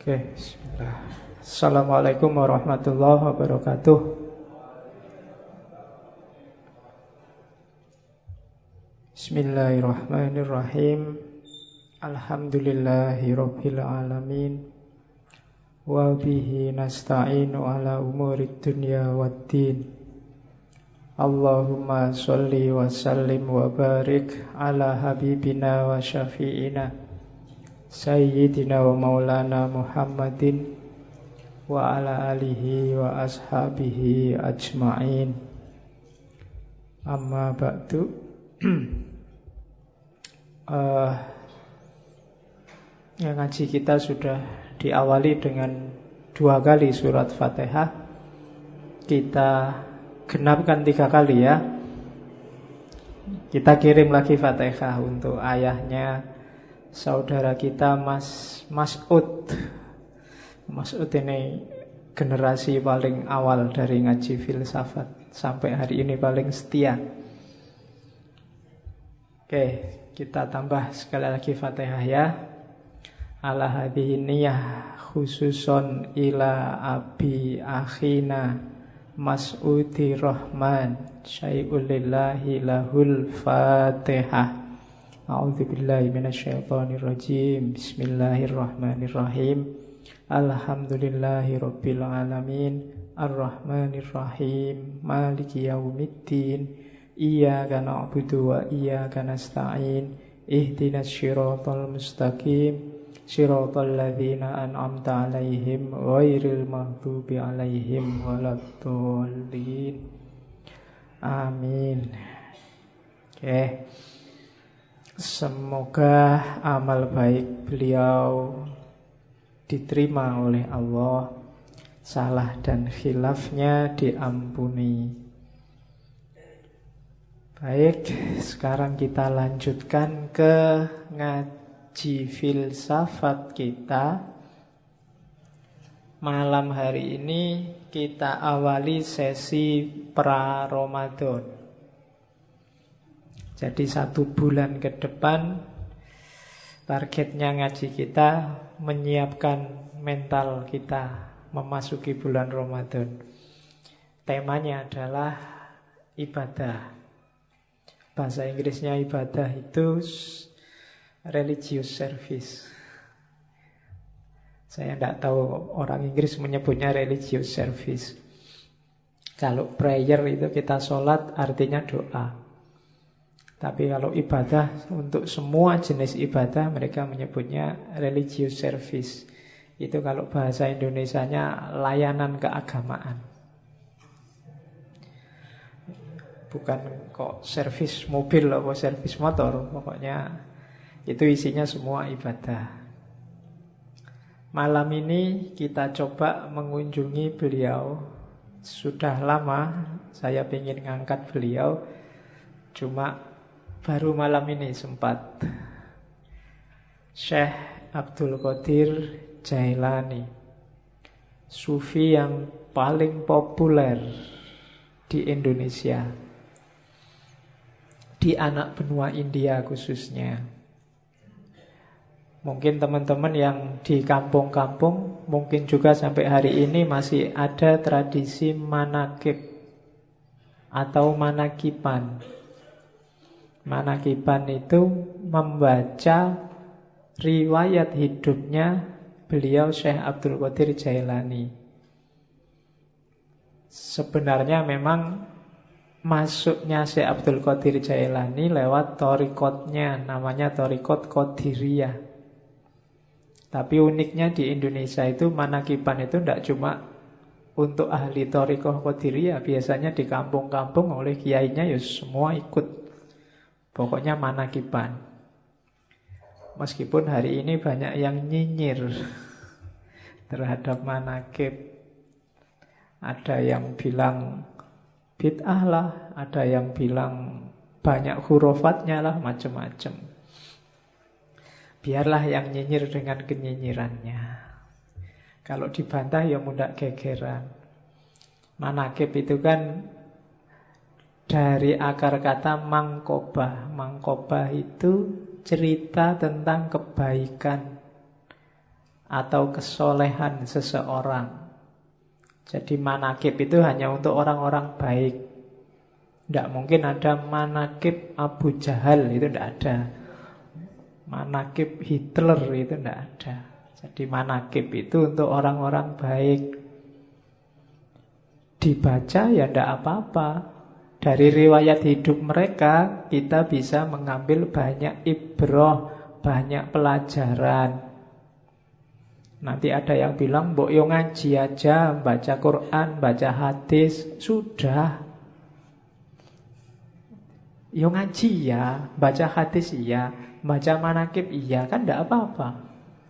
Oke, bismillah. Assalamualaikum warahmatullahi wabarakatuh. Bismillahirrahmanirrahim. Alhamdulillahirabbil alamin. Wa bihi nasta'inu ala umurid dunya waddin. Allahumma sholli wa sallim wa barik ala habibina wa syafi'ina Sayyidina wa maulana Muhammadin wa ala alihi wa ashabihi ajma'in. Amma ba'du. Yang ngaji kita sudah diawali dengan 2 kali surat Fatihah. Kita genapkan 3 kali ya. Kita kirim lagi Fatihah untuk ayahnya saudara kita Mas Mas'ud. Mas'ud ini generasi paling awal dari ngaji filsafat, sampai hari ini paling setia. Oke, kita tambah sekali lagi Fatihah ya. Ala hadhihi niyah khususon ila abi akhina Mas'udi Rahman syai'ul lillahi lahul Fatihah. A'udzubillahi minasyaitonirrajim. Bismillahirrahmanirrahim. Alhamdulillahirabbil alamin. Arrahmanirrahim. Maliki yaumiddin. Iyyaka na'budu wa iyyaka nasta'in. Ihdinas siratal mustaqim. Siratal ladzina an'amta 'alaihim ghairil maghdubi 'alaihim waladdallin. Amin. Oke. Semoga amal baik beliau diterima oleh Allah, salah dan khilafnya diampuni. Baik, sekarang kita lanjutkan ke ngaji filsafat kita. Malam hari ini kita awali sesi pra-Ramadan. Jadi 1 bulan ke depan targetnya ngaji kita menyiapkan mental kita memasuki bulan Ramadan. Temanya adalah ibadah. Bahasa Inggrisnya ibadah itu religious service. Saya tidak tahu orang Inggris menyebutnya religious service. Kalau prayer itu kita sholat artinya doa. Tapi kalau ibadah, untuk semua jenis ibadah mereka menyebutnya religious service. Itu kalau bahasa Indonesianya layanan keagamaan. Bukan kok servis mobil atau servis motor. Pokoknya itu isinya semua ibadah. Malam ini kita coba mengunjungi beliau. Sudah lama saya ingin ngangkat beliau, cuma baru malam ini sempat. Syekh Abdul Qadir Jailani, sufi yang paling populer di Indonesia, di anak benua India khususnya. Mungkin teman-teman yang di kampung-kampung, mungkin juga sampai hari ini masih ada tradisi manakib atau manakiban. Manakiban itu membaca riwayat hidupnya beliau Syekh Abdul Qadir Jailani. Sebenarnya memang masuknya Syekh Abdul Qadir Jailani lewat thariqatnya, namanya thariqat Qadiriyah. Tapi uniknya di Indonesia itu manakiban itu tidak cuma untuk ahli thariqah Qadiriyah. Biasanya di kampung-kampung oleh kiainya ya semua ikut. Pokoknya manakiban. Meskipun hari ini banyak yang nyinyir terhadap manakib. Ada yang bilang bid'ah lah, ada yang bilang banyak hurufatnya lah, macam-macam. Biarlah yang nyinyir dengan kenyinyirannya. Kalau dibantah ya mudah gegeran. Manakib itu kan dari akar kata mangkobah. Mangkobah itu cerita tentang kebaikan atau kesolehan seseorang. Jadi manakib itu hanya untuk orang-orang baik. Tidak mungkin ada manakib Abu Jahal, itu tidak ada. Manakib Hitler itu tidak ada. Jadi manakib itu untuk orang-orang baik. Dibaca ya tidak apa-apa. Dari riwayat hidup mereka kita bisa mengambil banyak ibrah, banyak pelajaran. Nanti ada yang bilang, mbok yo ngaji aja, baca Quran, baca hadis, sudah. Yo ngaji ya, baca hadis iya, baca manakib iya, kan tidak apa-apa.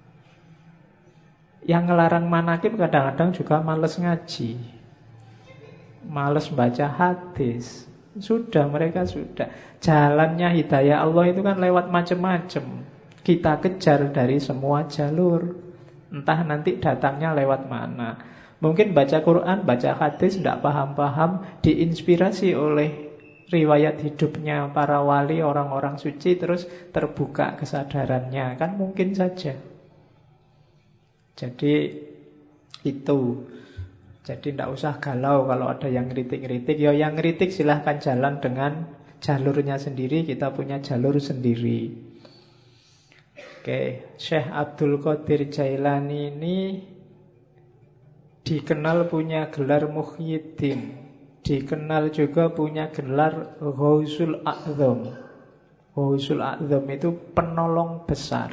Yang ngelarang manakib kadang-kadang juga males ngaji, males baca hadis. Sudah, mereka sudah. Jalannya hidayah Allah itu kan lewat macam-macam. Kita kejar dari semua jalur. Entah nanti datangnya lewat mana. Mungkin baca Quran, baca hadis tidak paham-paham, diinspirasi oleh riwayat hidupnya para wali, orang-orang suci, terus terbuka kesadarannya. Kan mungkin saja. Jadi itu. Jadi tidak usah galau kalau ada yang ngeritik-ngeritik. Ya yang ngeritik silahkan jalan dengan jalurnya sendiri. Kita punya jalur sendiri. Oke, Syekh Abdul Qadir Jailani ini dikenal punya gelar Muhyiddin, dikenal juga punya gelar Ghausul A'zam. Ghausul A'zam itu penolong besar.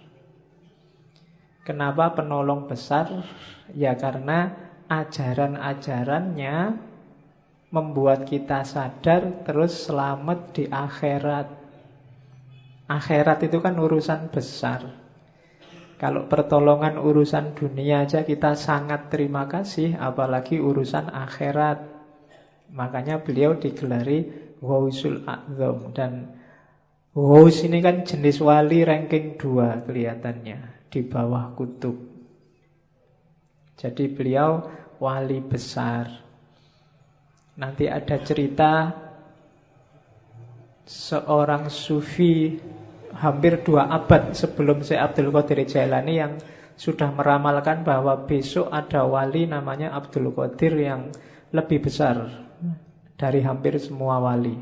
Kenapa penolong besar? Ya karena ajaran-ajarannya membuat kita sadar terus selamat di akhirat. Akhirat itu kan urusan besar. Kalau pertolongan urusan dunia aja kita sangat terima kasih, apalagi urusan akhirat. Makanya beliau digelari Ghausul A'zam. Dan Ghaus ini kan jenis wali ranking 2 kelihatannya, di bawah kutub. Jadi beliau wali besar. Nanti ada cerita seorang sufi hampir 2 abad sebelum Syekh Abdul Qadir Jailani yang sudah meramalkan bahwa besok ada wali namanya Abdul Qadir yang lebih besar dari hampir semua wali.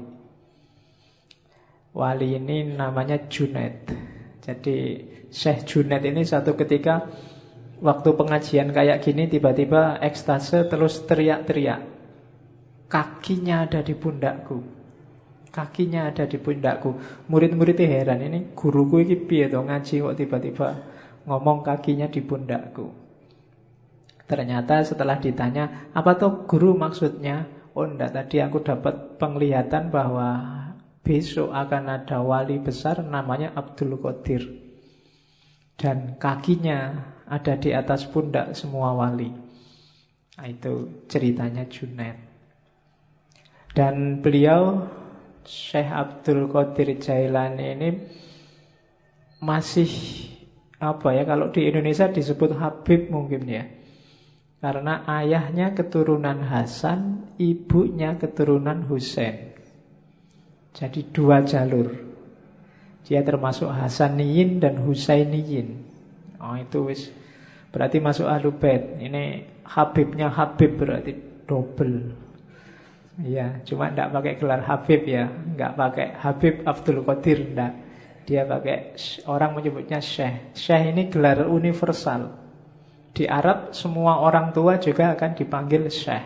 Wali ini namanya Junaid. Jadi Syekh Junaid ini satu ketika waktu pengajian kayak gini tiba-tiba ekstase terus teriak-teriak. Kakinya ada di pundakku. Kakinya ada di pundakku. Murid-muridnya heran, ini guruku ini piye to ngaji kok tiba-tiba ngomong kakinya di pundakku. Ternyata setelah ditanya, apa tuh guru maksudnya? Oh enggak, tadi aku dapat penglihatan bahwa besok akan ada wali besar namanya Abdul Qadir. Dan kakinya ada di atas pundak semua wali. Nah, itu ceritanya Junaid. Dan beliau Syekh Abdul Qadir Jailani ini masih apa ya, kalau di Indonesia disebut Habib mungkin ya. Karena ayahnya keturunan Hasan, ibunya keturunan Husain. Jadi 2 jalur. Dia termasuk Hasaniyin dan Husainiyin. Oh itu wis berarti masuk Ahlul Bait. Ini Habibnya Habib berarti double. Ya, cuma tidak pakai gelar Habib ya, nggak pakai Habib Abdul Qadir, enggak. Dia pakai, orang menyebutnya Syekh. Syekh ini gelar universal. Di Arab semua orang tua juga akan dipanggil Syekh.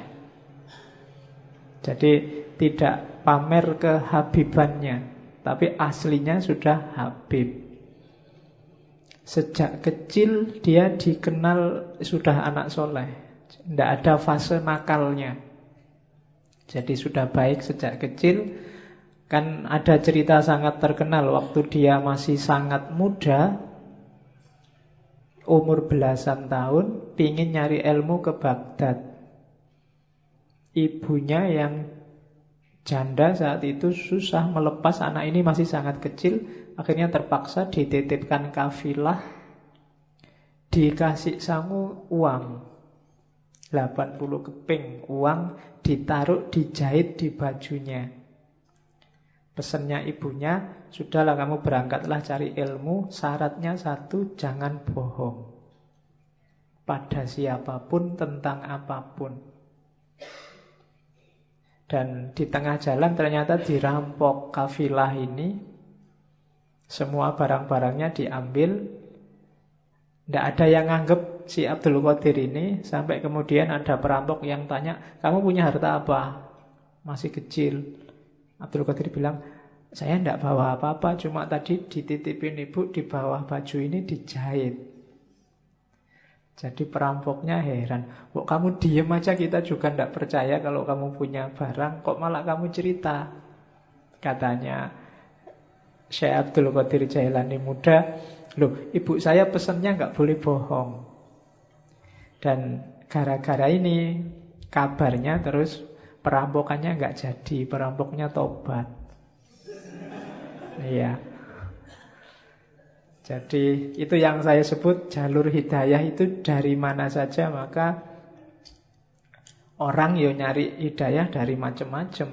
Jadi tidak pamer kehabibannya, tapi aslinya sudah Habib. Sejak kecil dia dikenal sudah anak soleh. Tidak ada fase nakalnya. Jadi sudah baik sejak kecil. Kan ada cerita sangat terkenal waktu dia masih sangat muda, umur belasan tahun, pingin nyari ilmu ke Baghdad. Ibunya yang janda saat itu susah melepas anak ini masih sangat kecil. Akhirnya terpaksa dititipkan kafilah. Dikasih sangu uang 80 keping uang, ditaruh, dijahit di bajunya. Pesannya ibunya, sudahlah kamu berangkatlah cari ilmu, syaratnya 1, jangan bohong. pada siapapun, tentang apapun. Dan di tengah jalan ternyata dirampok kafilah ini. Semua barang-barangnya diambil. Tidak ada yang nganggep si Abdul Qadir ini. Sampai kemudian ada perampok yang tanya, kamu punya harta apa? Masih kecil. Abdul Qadir bilang, saya tidak bawa apa-apa, cuma tadi dititipin ibu di bawah baju ini dijahit. Jadi perampoknya heran, kok kamu diem aja, kita juga tidak percaya kalau kamu punya barang, kok malah kamu cerita. Katanya Syekh Abdul Qadir Jailani muda, loh ibu saya pesennya nggak boleh bohong. Dan gara-gara ini kabarnya terus perampokannya nggak jadi, perampoknya tobat. Iya. Jadi itu yang saya sebut jalur hidayah itu dari mana saja, maka orang nyari hidayah dari macam-macam.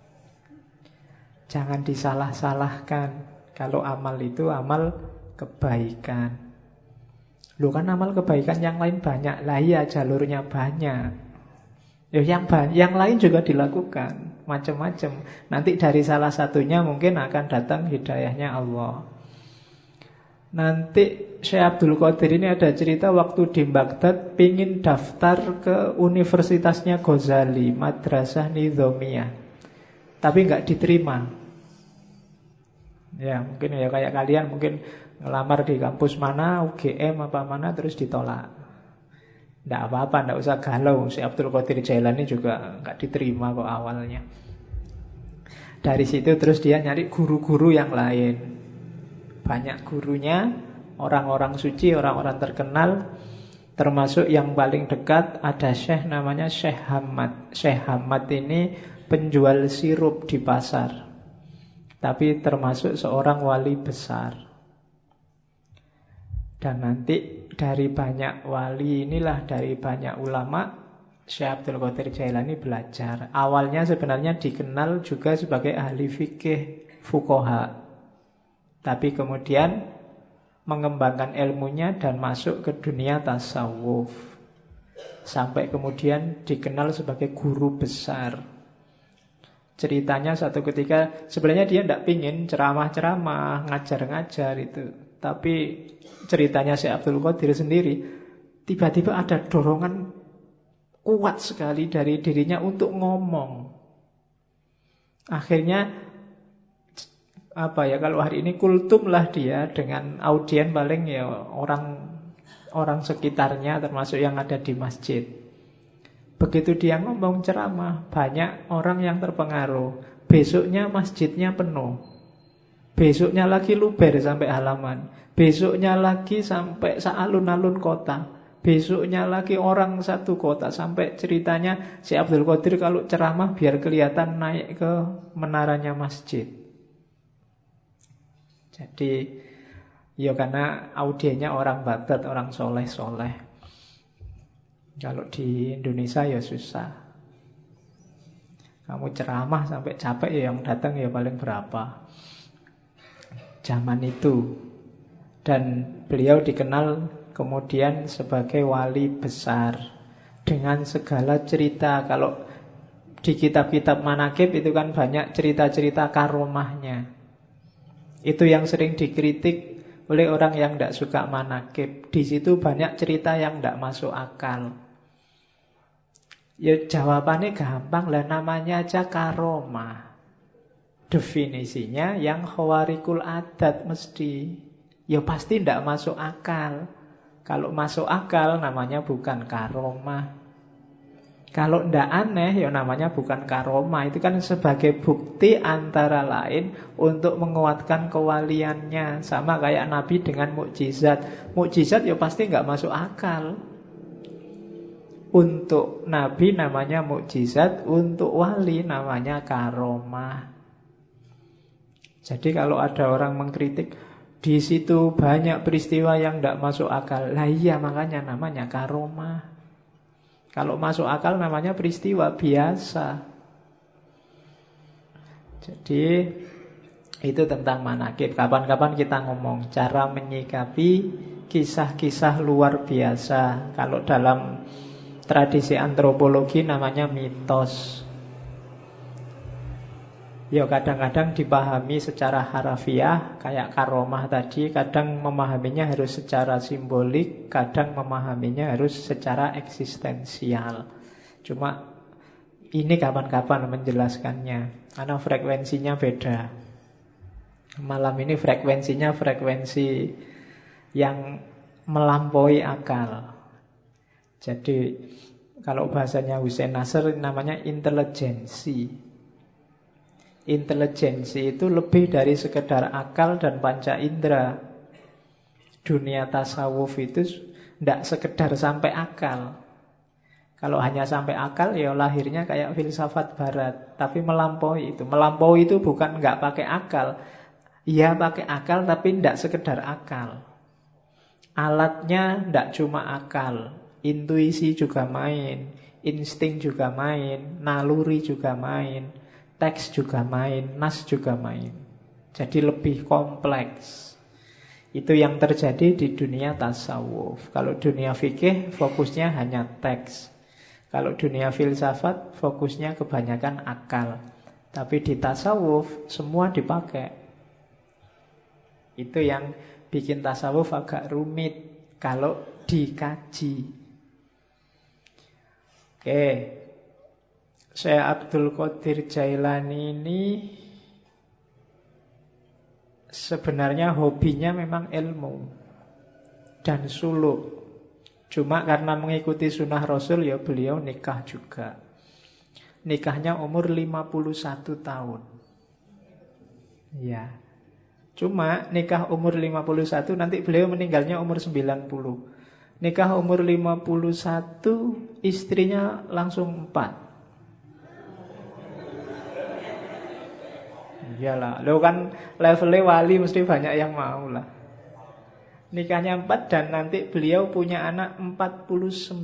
Jangan disalah-salahkan. Kalau amal itu amal kebaikan. Loh kan amal kebaikan yang lain banyak. Lah iya jalurnya banyak. Yang lain juga dilakukan macam-macam. Nanti dari salah satunya mungkin akan datang hidayahnya Allah. Nanti Syekh Abdul Qadir ini ada cerita waktu di Baghdad pingin daftar ke universitasnya Ghazali, Madrasah Nizamiyah, tapi nggak diterima. Ya mungkin ya kayak kalian mungkin ngelamar di kampus mana, UGM apa mana, terus ditolak. Nggak apa-apa, nggak usah galau. Syekh Abdul Qadir Jailani juga nggak diterima kok awalnya. Dari situ terus dia nyari guru-guru yang lain. Banyak gurunya, orang-orang suci, orang-orang terkenal. Termasuk yang paling dekat ada syekh namanya Syekh Hamad. Syekh Hamad ini penjual sirup di pasar, tapi termasuk seorang wali besar. Dan nanti dari banyak wali inilah, dari banyak ulama, Syekh Abdul Qadir Jailani belajar. Awalnya sebenarnya dikenal juga sebagai ahli fikih, fuqaha. Tapi kemudian mengembangkan ilmunya dan masuk ke dunia tasawuf. Sampai kemudian dikenal sebagai guru besar. Ceritanya satu ketika, sebenarnya dia tidak pingin ceramah-ceramah, ngajar-ngajar itu. Tapi ceritanya Syekh Abdul Qadir sendiri, tiba-tiba ada dorongan kuat sekali dari dirinya untuk ngomong. Akhirnya kalau hari ini kultum lah dia, dengan audien paling ya orang sekitarnya, termasuk yang ada di masjid. Begitu dia ngomong ceramah, banyak orang yang terpengaruh. Besoknya masjidnya penuh. Besoknya lagi luber sampai halaman. Besoknya lagi sampai sealun-alun kota. Besoknya lagi orang satu kota. Sampai ceritanya si Abdul Qadir kalau ceramah biar kelihatan naik ke menaranya masjid. Jadi ya karena audiennya orang Baghdad, orang soleh-soleh. Kalau di Indonesia ya susah. Kamu ceramah sampai capek ya yang datang ya paling berapa. Zaman itu. Dan beliau dikenal kemudian sebagai wali besar dengan segala cerita. Kalau di kitab-kitab manaqib itu kan banyak cerita-cerita karomahnya. Itu yang sering dikritik oleh orang yang tidak suka manaqib. Di situ banyak cerita yang tidak masuk akal. Ya jawabannya gampang lah, namanya aja karomah. Definisinya yang khawarikul adat mesti. Ya pasti tidak masuk akal. Kalau masuk akal namanya bukan karomah. Kalau ndak aneh ya namanya bukan karomah. Itu kan sebagai bukti antara lain untuk menguatkan kewaliannya. Sama kayak Nabi dengan mukjizat. Mukjizat ya pasti nggak masuk akal. Untuk Nabi namanya mukjizat, untuk wali namanya karomah. Jadi kalau ada orang mengkritik, di situ banyak peristiwa yang ndak masuk akal. Lah iya makanya namanya karomah. Kalau masuk akal namanya peristiwa biasa. Jadi itu tentang manaqib. Kapan-kapan kita ngomong cara menyikapi kisah-kisah luar biasa. Kalau dalam tradisi antropologi namanya mitos. Ya kadang-kadang dipahami secara harafiah, kayak karomah tadi. Kadang memahaminya harus secara simbolik, kadang memahaminya harus secara eksistensial. Cuma ini kapan-kapan menjelaskannya, karena frekuensinya beda. Malam ini frekuensinya frekuensi yang melampaui akal. Jadi kalau bahasanya Hussein Nasr namanya intelijensi. Intelijensi itu lebih dari sekedar akal dan panca indera. Dunia tasawuf itu tidak sekedar sampai akal. Kalau hanya sampai akal ya lahirnya kayak filsafat barat. Tapi melampaui itu. Melampaui itu bukan nggak pakai akal. Iya pakai akal tapi tidak sekedar akal. Alatnya tidak cuma akal. Intuisi juga main. Insting juga main. Naluri juga main. Teks juga main, nas juga main. Jadi lebih kompleks. Itu yang terjadi di dunia tasawuf. Kalau dunia fikih fokusnya hanya teks. Kalau dunia filsafat fokusnya kebanyakan akal. Tapi di tasawuf semua dipakai. Itu yang bikin tasawuf agak rumit kalau dikaji. Oke. Syekh Abdul Qadir Jailani ini sebenarnya hobinya memang ilmu dan suluk. Cuma karena mengikuti sunnah Rasul ya beliau nikah juga. Nikahnya umur 51 tahun. Ya. Cuma nikah umur 51 nanti beliau meninggalnya umur 90. Nikah umur 51 istrinya langsung 4. Iyalah, lo kan levelnya wali mesti banyak yang mau lah. Nikahnya 4 dan nanti beliau punya anak 49.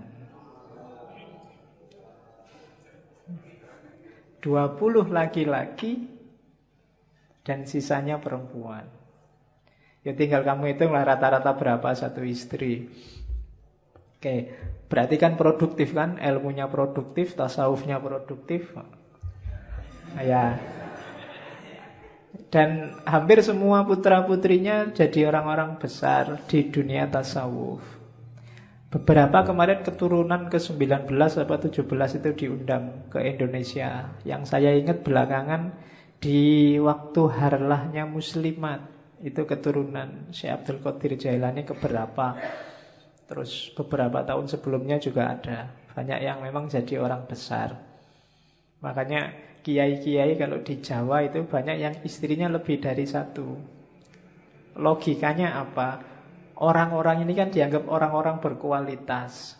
20 laki-laki dan sisanya perempuan. Ya tinggal kamu hitunglah rata-rata berapa satu istri. Oke, berarti kan produktif kan? Ilmunya produktif, tasawufnya produktif. Ya. Dan hampir semua putra-putrinya jadi orang-orang besar di dunia tasawuf. Beberapa kemarin keturunan ke-19 atau 17 itu diundang ke Indonesia. Yang saya ingat belakangan di waktu harlahnya Muslimat. Itu keturunan Syekh Abdul Qadir Jailani keberapa. Terus beberapa tahun sebelumnya juga ada. Banyak yang memang jadi orang besar. Makanya kiai-kiai kalau di Jawa itu banyak yang istrinya lebih dari satu. Logikanya apa? Orang-orang ini kan dianggap orang-orang berkualitas.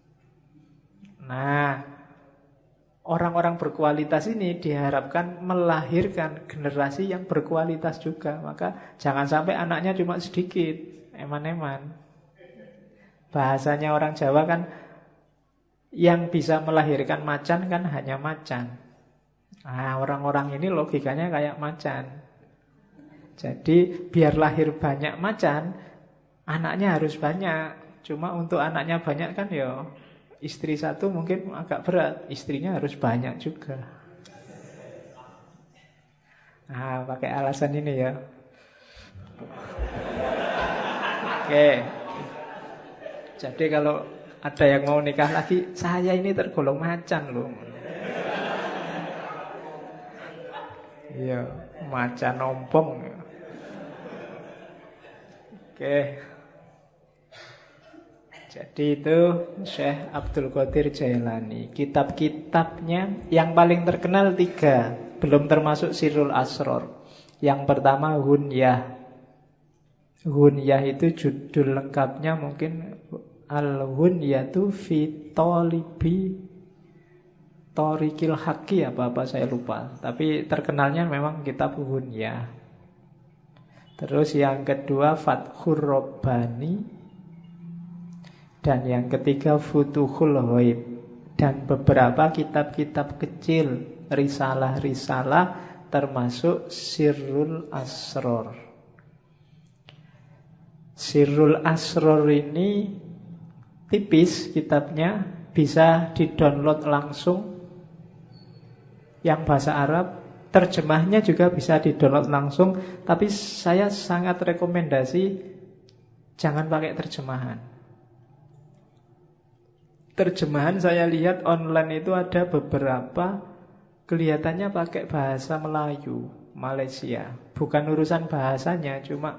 Nah, orang-orang berkualitas ini diharapkan melahirkan generasi yang berkualitas juga. Maka jangan sampai anaknya cuma sedikit, eman-eman. Bahasanya orang Jawa kan yang bisa melahirkan macan kan hanya macan. Nah, orang-orang ini logikanya kayak macan. Jadi biar lahir banyak macan, anaknya harus banyak. Cuma untuk anaknya banyak kan ya istri satu mungkin agak berat, istrinya harus banyak juga. Nah, pakai alasan ini ya. Oke. Jadi kalau ada yang mau nikah lagi, saya ini tergolong macan loh. Iya, macan ompong. Oke. Jadi itu Syekh Abdul Qadir Jailani. Kitab-kitabnya yang paling terkenal 3, belum termasuk Sirrul Asror. Yang pertama Hunyah. Hunyah itu judul lengkapnya mungkin Al-Hunyatu fi Talibi Thoriqil Haqqi, apa-apa saya lupa. Tapi terkenalnya memang kitab Hunyah. Terus yang kedua Fathur Rabbani. Dan yang ketiga Futuhul Ghaib. Dan beberapa kitab-kitab kecil, risalah-risalah, termasuk Sirrul Asror. Sirrul Asror ini tipis kitabnya, bisa di-download langsung yang bahasa Arab. Terjemahnya juga bisa di-download langsung, tapi saya sangat rekomendasi jangan pakai terjemahan. Terjemahan saya lihat online itu ada beberapa kelihatannya pakai bahasa Melayu, Malaysia. Bukan urusan bahasanya, cuma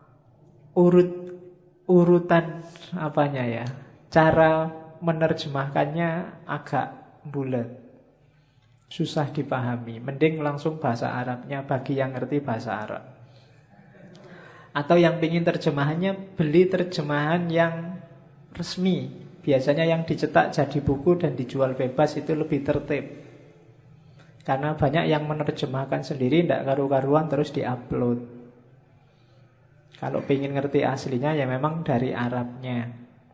urutan apanya ya. Cara menerjemahkannya agak bulat, susah dipahami. Mending langsung bahasa Arabnya bagi yang ngerti bahasa Arab. Atau yang pingin terjemahannya, beli terjemahan yang resmi. Biasanya yang dicetak jadi buku dan dijual bebas itu lebih tertib. Karena banyak yang menerjemahkan sendiri, tidak karu-karuan terus diupload. Kalau pingin ngerti aslinya ya memang dari Arabnya.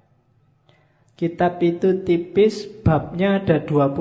Kitab itu tipis, babnya ada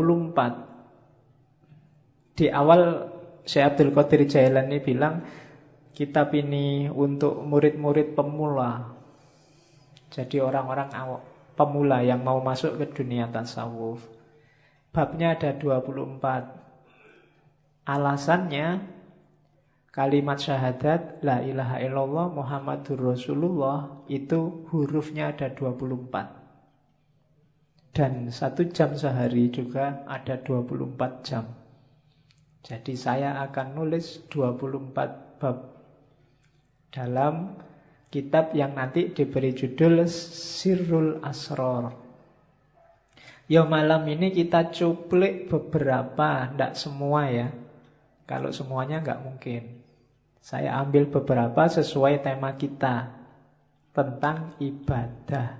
24. Di awal Syekh Abdul Qadir Jailani bilang kitab ini untuk murid-murid pemula. Jadi orang-orang pemula yang mau masuk ke dunia tasawuf. Babnya ada 24. Alasannya kalimat syahadat la ilaha illallah Muhammadur Rasulullah itu hurufnya ada 24. Dan 1 jam sehari juga ada 24 jam. Jadi saya akan nulis 24 bab dalam kitab yang nanti diberi judul Sirrul Asror. Ya malam ini kita cuplik beberapa, tidak semua ya. Kalau semuanya nggak mungkin. Saya ambil beberapa sesuai tema kita tentang ibadah.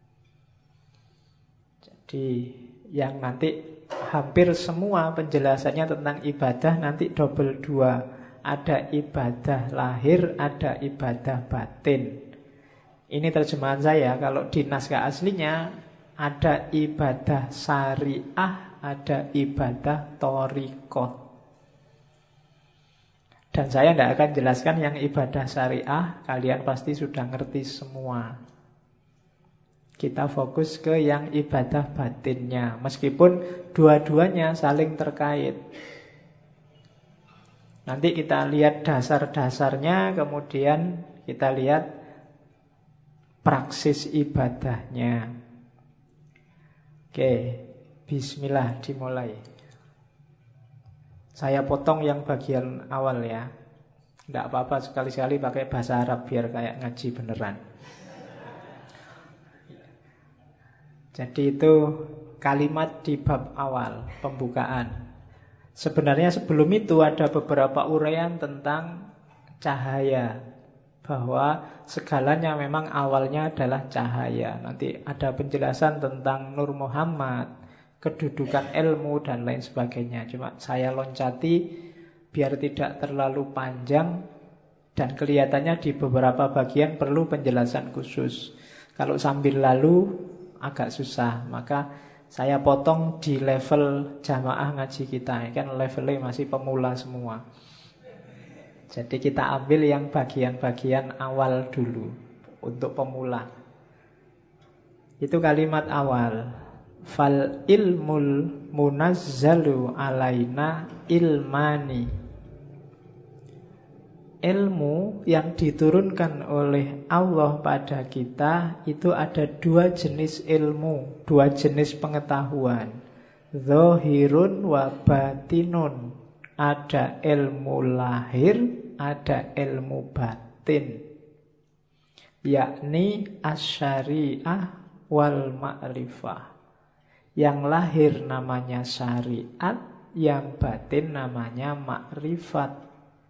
Jadi yang nanti hampir semua penjelasannya tentang ibadah nanti double 2. Ada ibadah lahir, ada ibadah batin. Ini terjemahan saya. Kalau di naskah aslinya ada ibadah syariah, ada ibadah thariqah. Dan saya tidak akan jelaskan yang ibadah syariah. Kalian pasti sudah ngerti semua. Kita fokus ke yang ibadah batinnya. Meskipun dua-duanya saling terkait. Nanti kita lihat dasar-dasarnya, kemudian kita lihat praksis ibadahnya. Oke, bismillah dimulai. Saya potong yang bagian awal ya. Tidak apa-apa sekali-sekali pakai bahasa Arab biar kayak ngaji beneran. Jadi itu kalimat di bab awal, pembukaan. Sebenarnya sebelum itu ada beberapa uraian tentang cahaya. Bahwa segalanya memang awalnya adalah cahaya. Nanti ada penjelasan tentang Nur Muhammad, kedudukan ilmu dan lain sebagainya. Cuma saya loncati biar tidak terlalu panjang dan kelihatannya di beberapa bagian perlu penjelasan khusus. Kalau sambil lalu agak susah, maka saya potong di level jamaah ngaji kita. Kan levelnya masih pemula semua. Jadi kita ambil yang bagian-bagian awal dulu untuk pemula. Itu kalimat awal. Fal ilmul munazzalu alaina ilmani. Ilmu yang diturunkan oleh Allah pada kita itu ada 2 jenis ilmu, 2 jenis pengetahuan. Zahirun wa batinun. Ada ilmu lahir, ada ilmu batin. Yakni asyariah wal ma'rifah. Yang lahir namanya syariat, yang batin namanya makrifat.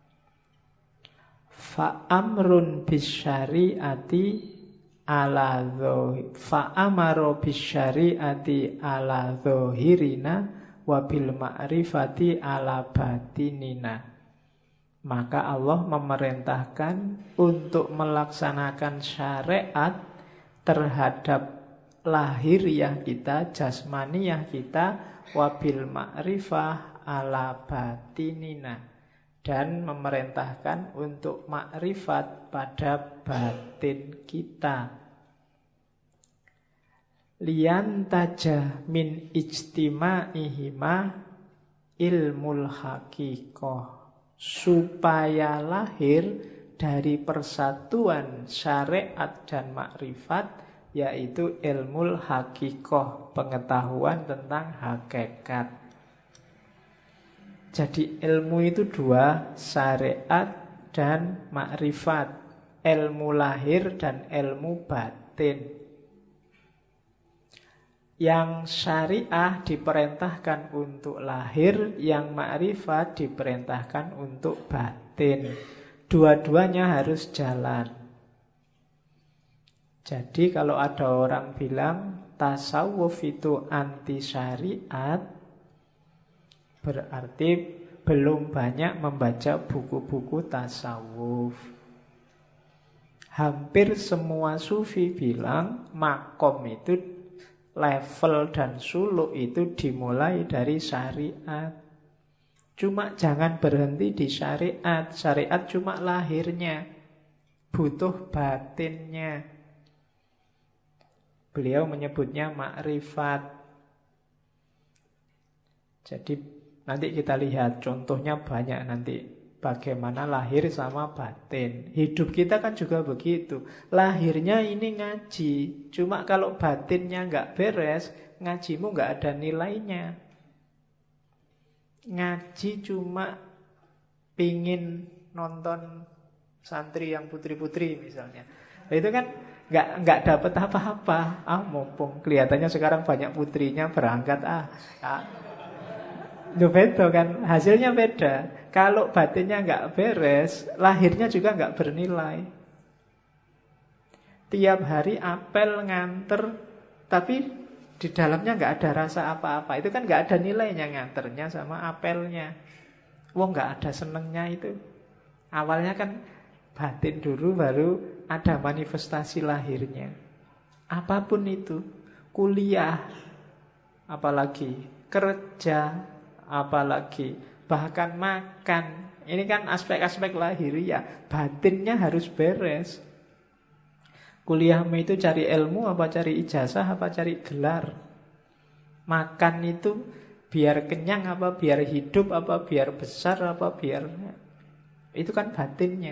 Fa'amrun bisyariati ala dhohir, fa'amaro bisyariati ala dhohirina wabil ma'rifati ala batinina. Maka Allah memerintahkan untuk melaksanakan syariat terhadap lahiriah kita, jasmaniyah kita, wabil ma'rifah ala batinina, dan memerintahkan untuk makrifat pada batin kita. Liantaja min ijtima'ihima ilmul haqiqah, supaya lahir dari persatuan syariat dan makrifat, yaitu ilmul haqiqah, pengetahuan tentang hakikat. Jadi ilmu itu dua, syariat dan makrifat, ilmu lahir dan ilmu batin. Yang syariah diperintahkan untuk lahir, yang makrifat diperintahkan untuk batin. Dua-duanya harus jalan. Jadi kalau ada orang bilang tasawuf itu anti syariat, berarti belum banyak membaca buku-buku tasawuf. Hampir semua sufi bilang makom itu, level dan suluk itu dimulai dari syariat. Cuma jangan berhenti di syariat. Syariat cuma lahirnya, butuh batinnya. Beliau menyebutnya makrifat. Jadi nanti kita lihat contohnya banyak nanti, bagaimana lahir sama batin. Hidup kita kan juga begitu. Lahirnya ini ngaji, cuma kalau batinnya nggak beres, ngajimu nggak ada nilainya. Ngaji cuma pingin nonton santri yang putri-putri misalnya, itu kan nggak dapat apa-apa. Mumpung kelihatannya sekarang banyak putrinya berangkat, itu beda kan, hasilnya beda. Kalau batinnya nggak beres, lahirnya juga nggak bernilai. Tiap hari apel nganter, tapi di dalamnya nggak ada rasa apa-apa. Itu kan nggak ada nilainya nganternya sama apelnya. Wong nggak ada senengnya itu. Awalnya kan batin dulu, baru ada manifestasi lahirnya. Apapun itu, kuliah, apalagi kerja, apalagi bahkan makan. Ini kan aspek-aspek lahiriah. Batinnya harus beres. Kuliahmu itu cari ilmu apa cari ijazah apa cari gelar? Makan itu biar kenyang apa biar hidup apa biar besar apa biar... Itu kan batinnya.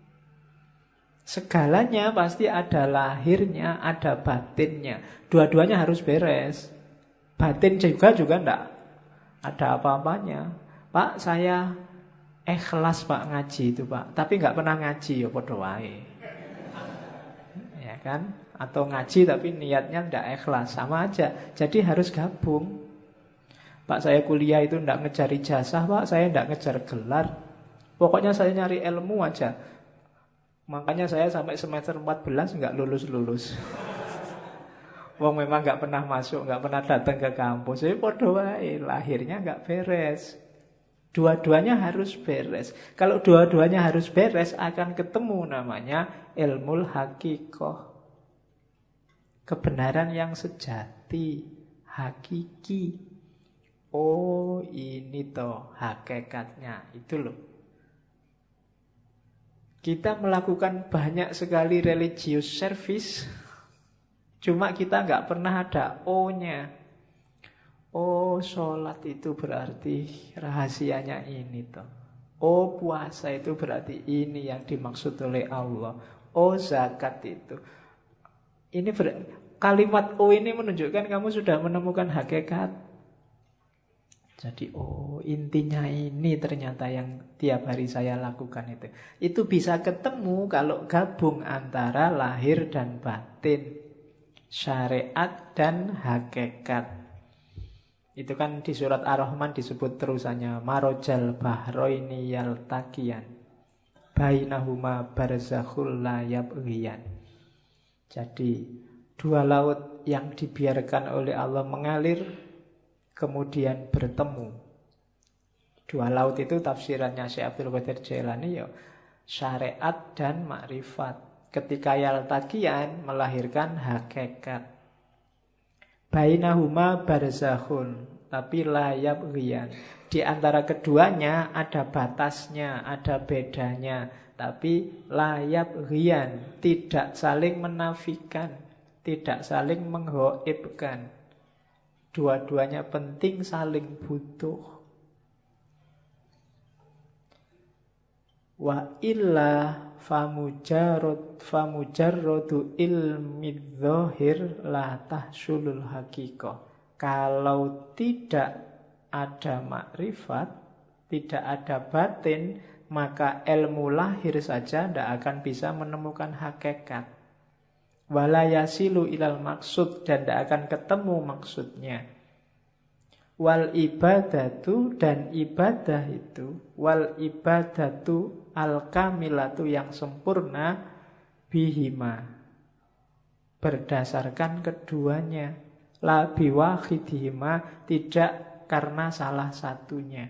Segalanya pasti ada lahirnya, ada batinnya. Dua-duanya harus beres. Batin juga enggak ada apa-apanya. Pak, saya ikhlas Pak ngaji itu Pak, tapi nggak pernah ngaji, ya podo wae. Ya kan? Atau ngaji tapi niatnya ndak ikhlas, sama aja. Jadi harus gabung. Pak, saya kuliah itu ndak ngejar ijazah Pak, saya ndak ngejar gelar. Pokoknya saya nyari ilmu aja. Makanya saya sampai semester 14 nggak lulus-lulus. Wong memang nggak pernah masuk, nggak pernah datang ke kampus. Jadi podo wae, lahirnya nggak beres. Dua-duanya harus beres. Kalau dua-duanya harus beres, akan ketemu namanya ilmul haqiqah. Kebenaran yang sejati, hakiki. Oh, ini toh hakikatnya. Itu loh. Kita melakukan banyak sekali religious service, cuma kita nggak pernah ada O-nya. Oh, sholat itu berarti rahasianya ini toh. Oh, puasa itu berarti ini yang dimaksud oleh Allah. Oh, zakat itu. Ini kalimat O ini menunjukkan kamu sudah menemukan hakikat. Jadi, oh, intinya ini ternyata yang tiap hari saya lakukan itu. Itu bisa ketemu kalau gabung antara lahir dan batin, syariat dan hakikat. Itu kan di surat Ar-Rahman disebut terusannya marojal bahroini yaltaqiyan bainahuma barzakhul la yabghiyan. Jadi dua laut yang dibiarkan oleh Allah mengalir kemudian bertemu. Dua laut itu tafsirannya Syekh Abdul Qadir Jailani ya, syariat dan makrifat. Ketika yaltaqiyan melahirkan hakikat. Bainahuma barzakhun, tapi la yabghiyan. Di antara keduanya ada batasnya, ada bedanya, tapi la yabghiyan, tidak saling menafikan, tidak saling menghoibkan. Dua-duanya penting, saling butuh. Wa illa famujarradu ilmi dzahir la tahsulul haqiqah. Kalau tidak ada makrifat, tidak ada batin, maka ilmu lahir saja tidak akan bisa menemukan hakikat. Wala yasilu ilal maksud, dan tidak akan ketemu maksudnya. Wal ibadatu, dan ibadah itu, wal ibadatu al kamilatu, yang sempurna, bihima, berdasarkan keduanya. La biwahidihima, tidak karena salah satunya.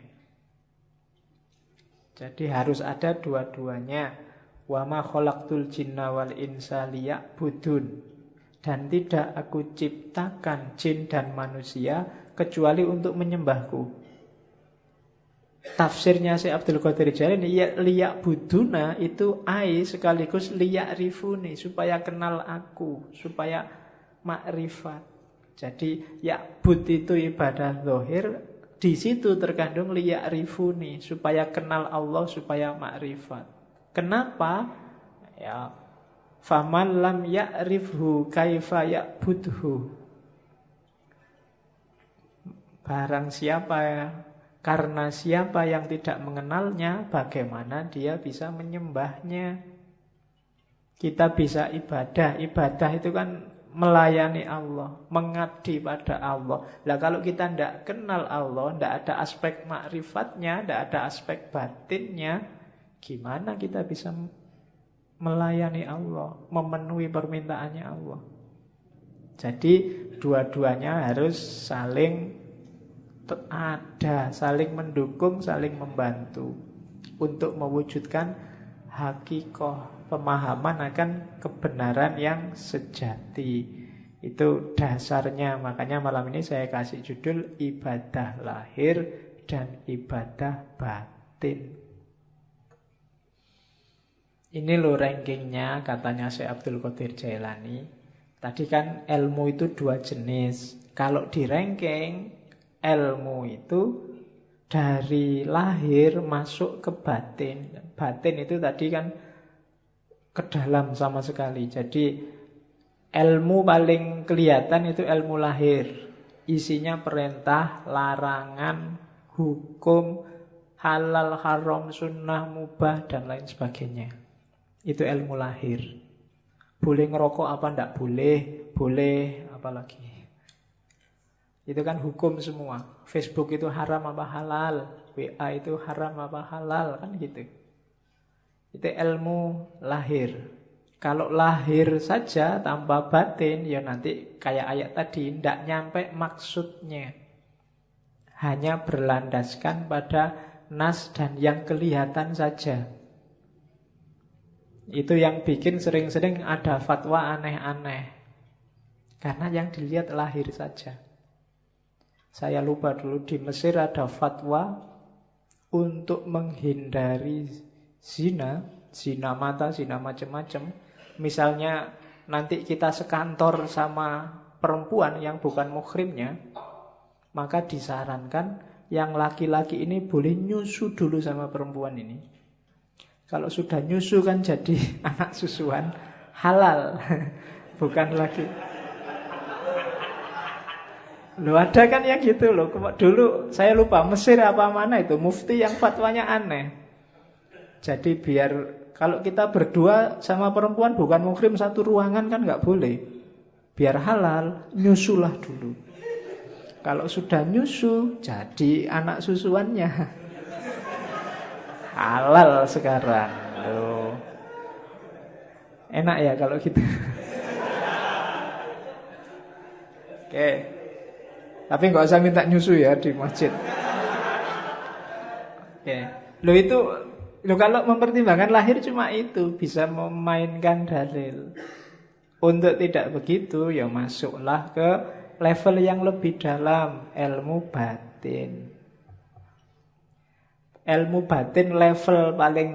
Jadi harus ada dua-duanya. Wa ma khalaqtul jinna wal insa liya'budun, dan tidak aku ciptakan jin dan manusia kecuali untuk menyembahku. Tafsirnya Syekh Abdul Qadir Jailani, liya'buduna itu ai sekaligus liya'rifuni, supaya kenal aku, supaya makrifat. Jadi ya'bud itu ibadah zahir, di situ terkandung liya'rifuni, supaya kenal Allah, supaya makrifat. Kenapa? Ya, faman lam ya'rifhu kaifa ya'budhu. Barang siapa ya, karena siapa yang tidak mengenalnya, bagaimana dia bisa menyembahnya? Kita bisa ibadah. Ibadah itu kan melayani Allah, mengabdi pada Allah. Lah kalau kita tidak kenal Allah, tidak ada aspek makrifatnya, tidak ada aspek batinnya, gimana kita bisa melayani Allah, memenuhi permintaannya Allah? Jadi dua-duanya harus saling ada, saling mendukung, saling membantu untuk mewujudkan hakikoh, pemahaman akan kebenaran yang sejati. Itu dasarnya. Makanya malam ini saya kasih judul ibadah lahir dan ibadah batin. Ini loh rankingnya, katanya Syekh Abdul Qadir Jailani. Tadi kan ilmu itu dua jenis. Kalau di ranking, ilmu itu dari lahir masuk ke batin. Batin itu tadi kan ke dalam sama sekali. Jadi ilmu paling kelihatan itu ilmu lahir. Isinya perintah, larangan, hukum, halal, haram, sunnah, mubah, dan lain sebagainya. Itu ilmu lahir. Boleh ngerokok apa enggak boleh, boleh apalagi. Itu kan hukum semua. Facebook itu haram apa halal, WA itu haram apa halal, kan gitu. Itu ilmu lahir. Kalau lahir saja tanpa batin, ya nanti kayak ayat tadi, tidak nyampe maksudnya. Hanya berlandaskan pada nas dan yang kelihatan saja. Itu yang bikin sering-sering ada fatwa aneh-aneh. Karena yang dilihat lahir saja. Saya lupa dulu di Mesir ada fatwa untuk menghindari zina, zina mata, zina macam-macam. Misalnya nanti kita sekantor sama perempuan yang bukan muhrimnya, maka disarankan yang laki-laki ini boleh nyusu dulu sama perempuan ini. Kalau sudah nyusu kan jadi anak susuan halal, bukan lagi. Loh ada kan yang gitu loh. Dulu saya lupa Mesir apa mana itu, mufti yang fatwanya aneh. Jadi biar kalau kita berdua sama perempuan bukan muhrim satu ruangan kan nggak boleh. Biar halal, nyusulah dulu. Kalau sudah nyusu, jadi anak susuannya. Halal sekarang. Loh. Enak ya kalau gitu. Oke. Tapi nggak usah minta nyusu ya di masjid. Oke. Loh itu, loh kalau mempertimbangkan lahir cuma itu, bisa memainkan dalil. Untuk tidak begitu ya masuklah ke level yang lebih dalam, ilmu batin. Ilmu batin level paling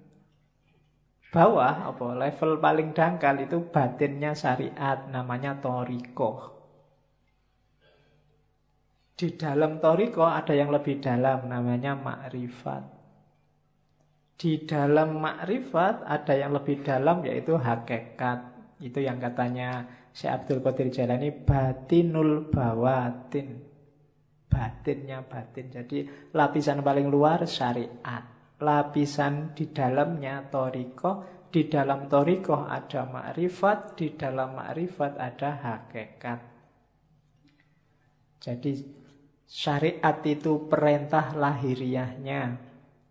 bawah, level paling dangkal itu batinnya syariat, namanya thariqah. Di dalam thariqah ada yang lebih dalam, namanya makrifat. Di dalam makrifat ada yang lebih dalam, yaitu hakikat. Itu yang katanya Syekh Abdul Qadir Jailani, batinul bawatin. Batinnya batin. Jadi lapisan paling luar syariat, lapisan di dalamnya thariqah. Di dalam thariqah ada makrifat, di dalam makrifat ada hakikat. Jadi syariat itu perintah lahiriahnya.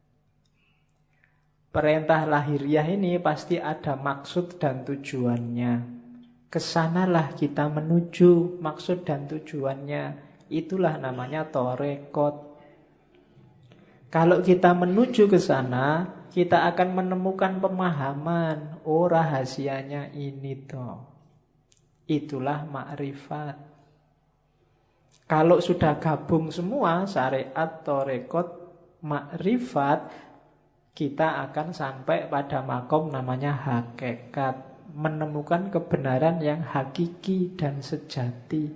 Perintah lahiriah ini pasti ada maksud dan tujuannya. Kesanalah kita menuju maksud dan tujuannya. Itulah namanya thariqat. Kalau kita menuju ke sana, kita akan menemukan pemahaman. Oh, rahasianya ini toh. Itulah makrifat. Kalau sudah gabung semua, syariat, thariqat, makrifat, kita akan sampai pada makom namanya hakikat. Menemukan kebenaran yang hakiki dan sejati.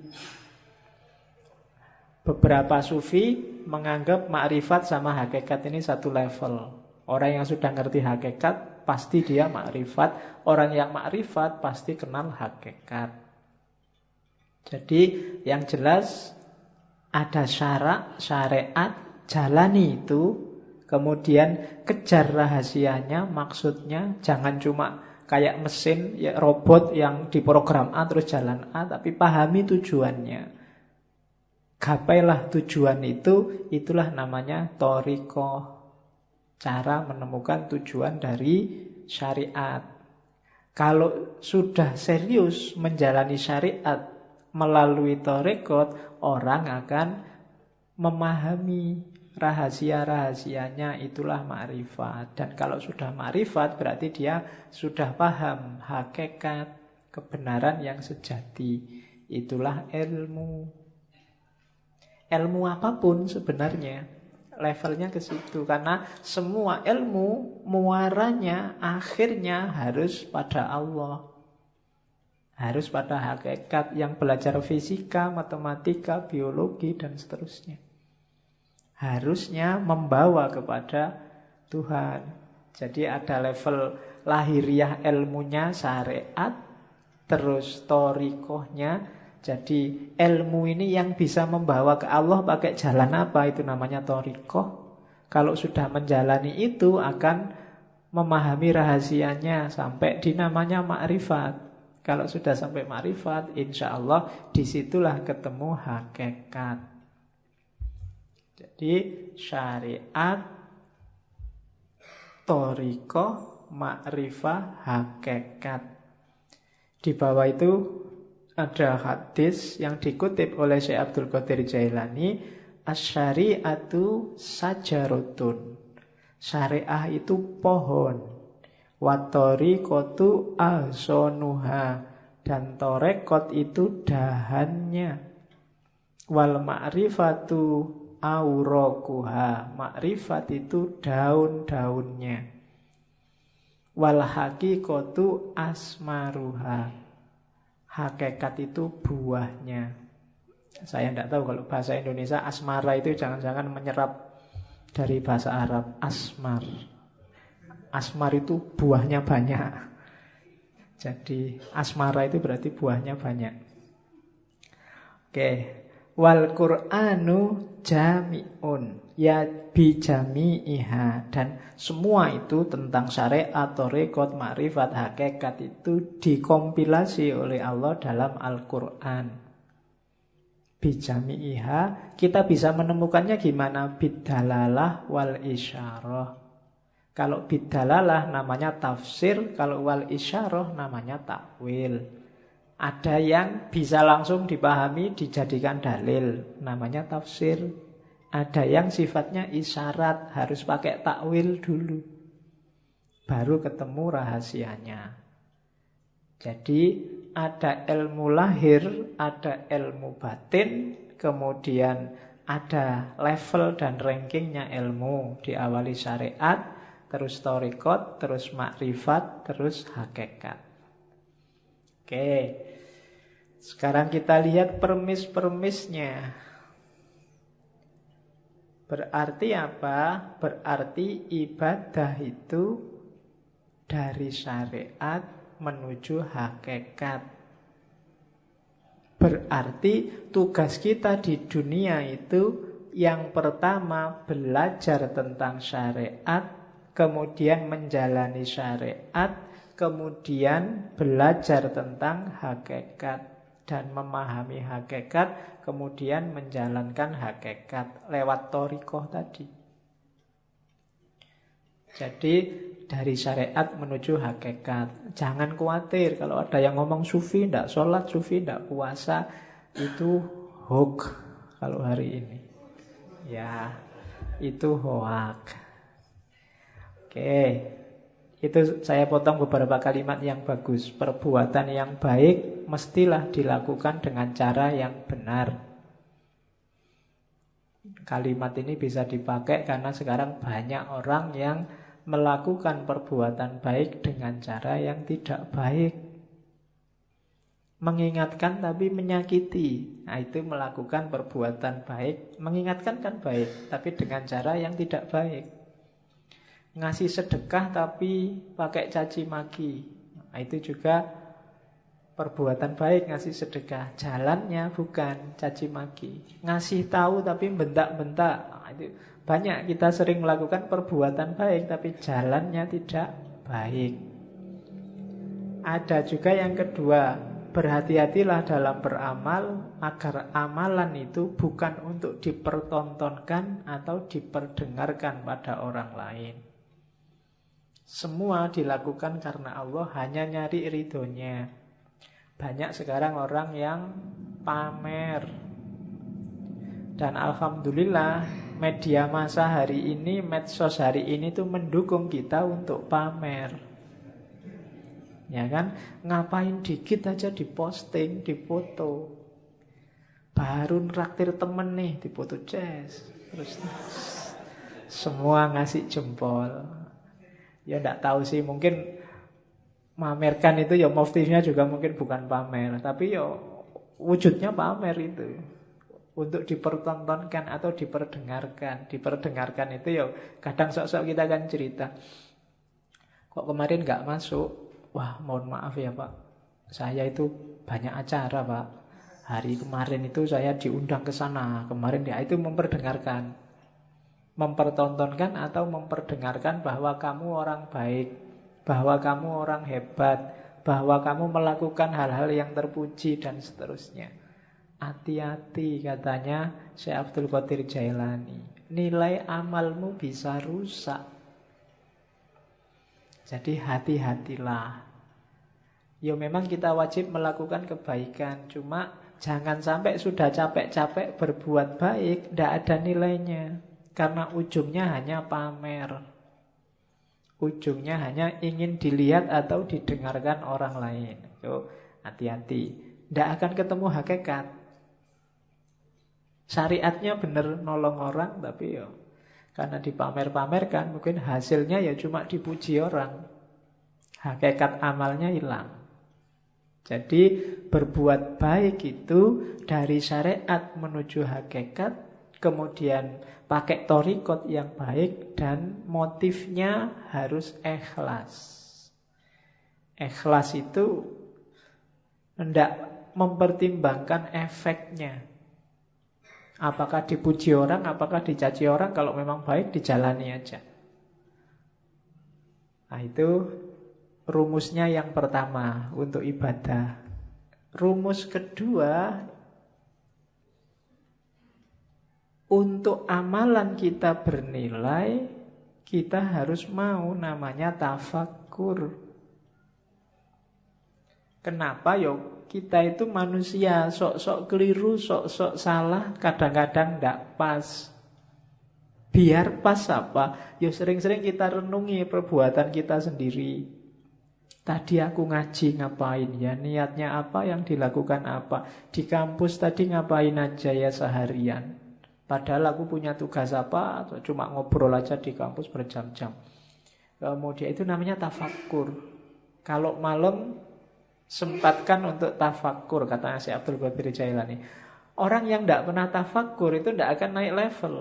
Beberapa sufi menganggap makrifat sama hakikat ini satu level. Orang yang sudah ngerti hakikat, pasti dia makrifat. Orang yang makrifat, pasti kenal hakikat. Jadi yang jelas ada syarak, syariat, jalani itu. Kemudian kejar rahasianya, maksudnya. Jangan cuma kayak mesin, ya, robot yang diprogram A terus jalan A, tapi pahami tujuannya. Gapailah tujuan itu, itulah namanya thariqah. Cara menemukan tujuan dari syariat. Kalau sudah serius menjalani syariat melalui thariqat, orang akan memahami rahasia-rahasianya, itulah ma'rifat. Dan kalau sudah ma'rifat berarti dia sudah paham hakikat, kebenaran yang sejati. Itulah ilmu. Ilmu apapun sebenarnya levelnya ke situ. Karena semua ilmu muaranya akhirnya harus pada Allah. Harus pada hakikat. Yang belajar fisika, matematika, biologi dan seterusnya, harusnya membawa kepada Tuhan. Jadi ada level lahiriah ilmunya syariat, terus thariqahnya. Jadi ilmu ini yang bisa membawa ke Allah pakai jalan apa? Itu namanya thariqah. Kalau sudah menjalani itu akan memahami rahasianya sampai di namanya ma'rifat. Kalau sudah sampai ma'rifat, insya Allah disitulah ketemu hakikat. Jadi syariat, thariqah, ma'rifah, hakikat. Di bawah itu ada hadis yang dikutip oleh Syekh Abdul Qadir Jailani, asy-syari'atu sajaratun. Syariah itu pohon. Wa thariqatu ahsanuha, dan thariqat itu dahannya. Wal ma'rifatu auraquha, makrifat itu daun-daunnya. Wal haqiqatu asmaruha, hakikat itu buahnya. Saya tidak tahu kalau bahasa Indonesia asmara itu jangan-jangan menyerap dari bahasa Arab. Asmar, asmar itu buahnya banyak. Jadi asmara itu berarti buahnya banyak. Oke. Wal Qur'anu jami'un, ya bijami'iha, dan semua itu tentang syariat, thariqat, ma'rifat, hakikat itu dikompilasi oleh Allah dalam Al-Qur'an. Bijami'iha, kita bisa menemukannya gimana? Bidalalah wal isyarah. Kalau bidalalah namanya tafsir, kalau wal isyarah namanya takwil. Ada yang bisa langsung dipahami, dijadikan dalil, namanya tafsir. Ada yang sifatnya isyarat, harus pakai takwil dulu, baru ketemu rahasianya. Jadi ada ilmu lahir, ada ilmu batin, kemudian ada level dan rankingnya ilmu. Diawali syariat, terus thariqat, terus makrifat, terus hakikat. Oke, sekarang kita lihat permis-permisnya. Berarti apa? Berarti ibadah itu dari syariat menuju hakikat. Berarti tugas kita di dunia itu yang pertama belajar tentang syariat, kemudian menjalani syariat, kemudian belajar tentang hakikat dan memahami hakikat, kemudian menjalankan hakikat lewat thariqah tadi. Jadi dari syariat menuju hakikat. Jangan khawatir kalau ada yang ngomong sufi tidak sholat, sufi tidak puasa, itu hoax kalau hari ini. Ya, itu hoax. Oke, itu saya potong beberapa kalimat yang bagus. Perbuatan yang baik mestilah dilakukan dengan cara yang benar. Kalimat ini bisa dipakai karena sekarang banyak orang yang melakukan perbuatan baik dengan cara yang tidak baik. Mengingatkan tapi menyakiti. Nah, itu melakukan perbuatan baik. Mengingatkan kan baik, tapi dengan cara yang tidak baik. Ngasih sedekah tapi pakai caci maki. Nah, itu juga perbuatan baik, ngasih sedekah. Jalannya bukan caci maki. Ngasih tahu tapi bentak-bentak. Nah, itu banyak kita sering melakukan perbuatan baik tapi jalannya tidak baik. Ada juga yang kedua, berhati-hatilah dalam beramal agar amalan itu bukan untuk dipertontonkan atau diperdengarkan pada orang lain. Semua dilakukan karena Allah, hanya nyari ridhonya. Banyak sekarang orang yang pamer. Dan alhamdulillah media massa hari ini, medsos hari ini tuh mendukung kita untuk pamer. Ya kan? Ngapain dikit aja diposting, difoto. Baru nraktir temen nih, difoto jazz. Terus semua ngasih jempol. Ya enggak tahu sih, mungkin mamerkan itu ya motifnya juga mungkin bukan pamer, tapi ya wujudnya pamer itu. Untuk dipertontonkan atau diperdengarkan. Diperdengarkan itu ya kadang sok-sok kita kan cerita, kok kemarin gak masuk. Wah, mohon maaf ya Pak, saya itu banyak acara Pak. Hari kemarin itu saya diundang ke sana. Kemarin ya, itu memperdengarkan. Mempertontonkan atau memperdengarkan bahwa kamu orang baik, bahwa kamu orang hebat, bahwa kamu melakukan hal-hal yang terpuji dan seterusnya. Hati-hati katanya Syekh Abdul Qadir Jailani, nilai amalmu bisa rusak. Jadi hati-hatilah. Ya memang kita wajib melakukan kebaikan, cuma jangan sampai sudah capek-capek berbuat baik tidak ada nilainya, karena ujungnya hanya pamer. Ujungnya hanya ingin dilihat atau didengarkan orang lain. Yo, hati-hati. Tidak akan ketemu hakikat. Syariatnya benar nolong orang, tapi ya karena dipamer-pamerkan, mungkin hasilnya ya cuma dipuji orang. Hakikat amalnya hilang. Jadi berbuat baik itu dari syariat menuju hakikat, kemudian pakai thariqat yang baik, dan motifnya harus ikhlas. Ikhlas itu hendak mempertimbangkan efeknya. Apakah dipuji orang, apakah dicaci orang. Kalau memang baik, dijalani aja. Nah, itu rumusnya yang pertama untuk ibadah. Rumus kedua, untuk amalan kita bernilai, kita harus mau namanya tafakkur. Kenapa? Yo, kita itu manusia, sok-sok keliru, sok-sok salah, kadang-kadang tidak pas. Biar pas apa? Yo sering-sering kita renungi perbuatan kita sendiri. Tadi aku ngaji ngapain ya, niatnya apa, yang dilakukan apa. Di kampus tadi ngapain aja ya seharian. Padahal aku punya tugas apa, atau cuma ngobrol aja di kampus berjam-jam. Kemudian itu namanya tafakkur. Kalau malam sempatkan untuk tafakkur, katanya si Abdul Qadir Jailani. Orang yang tidak pernah tafakkur itu tidak akan naik level.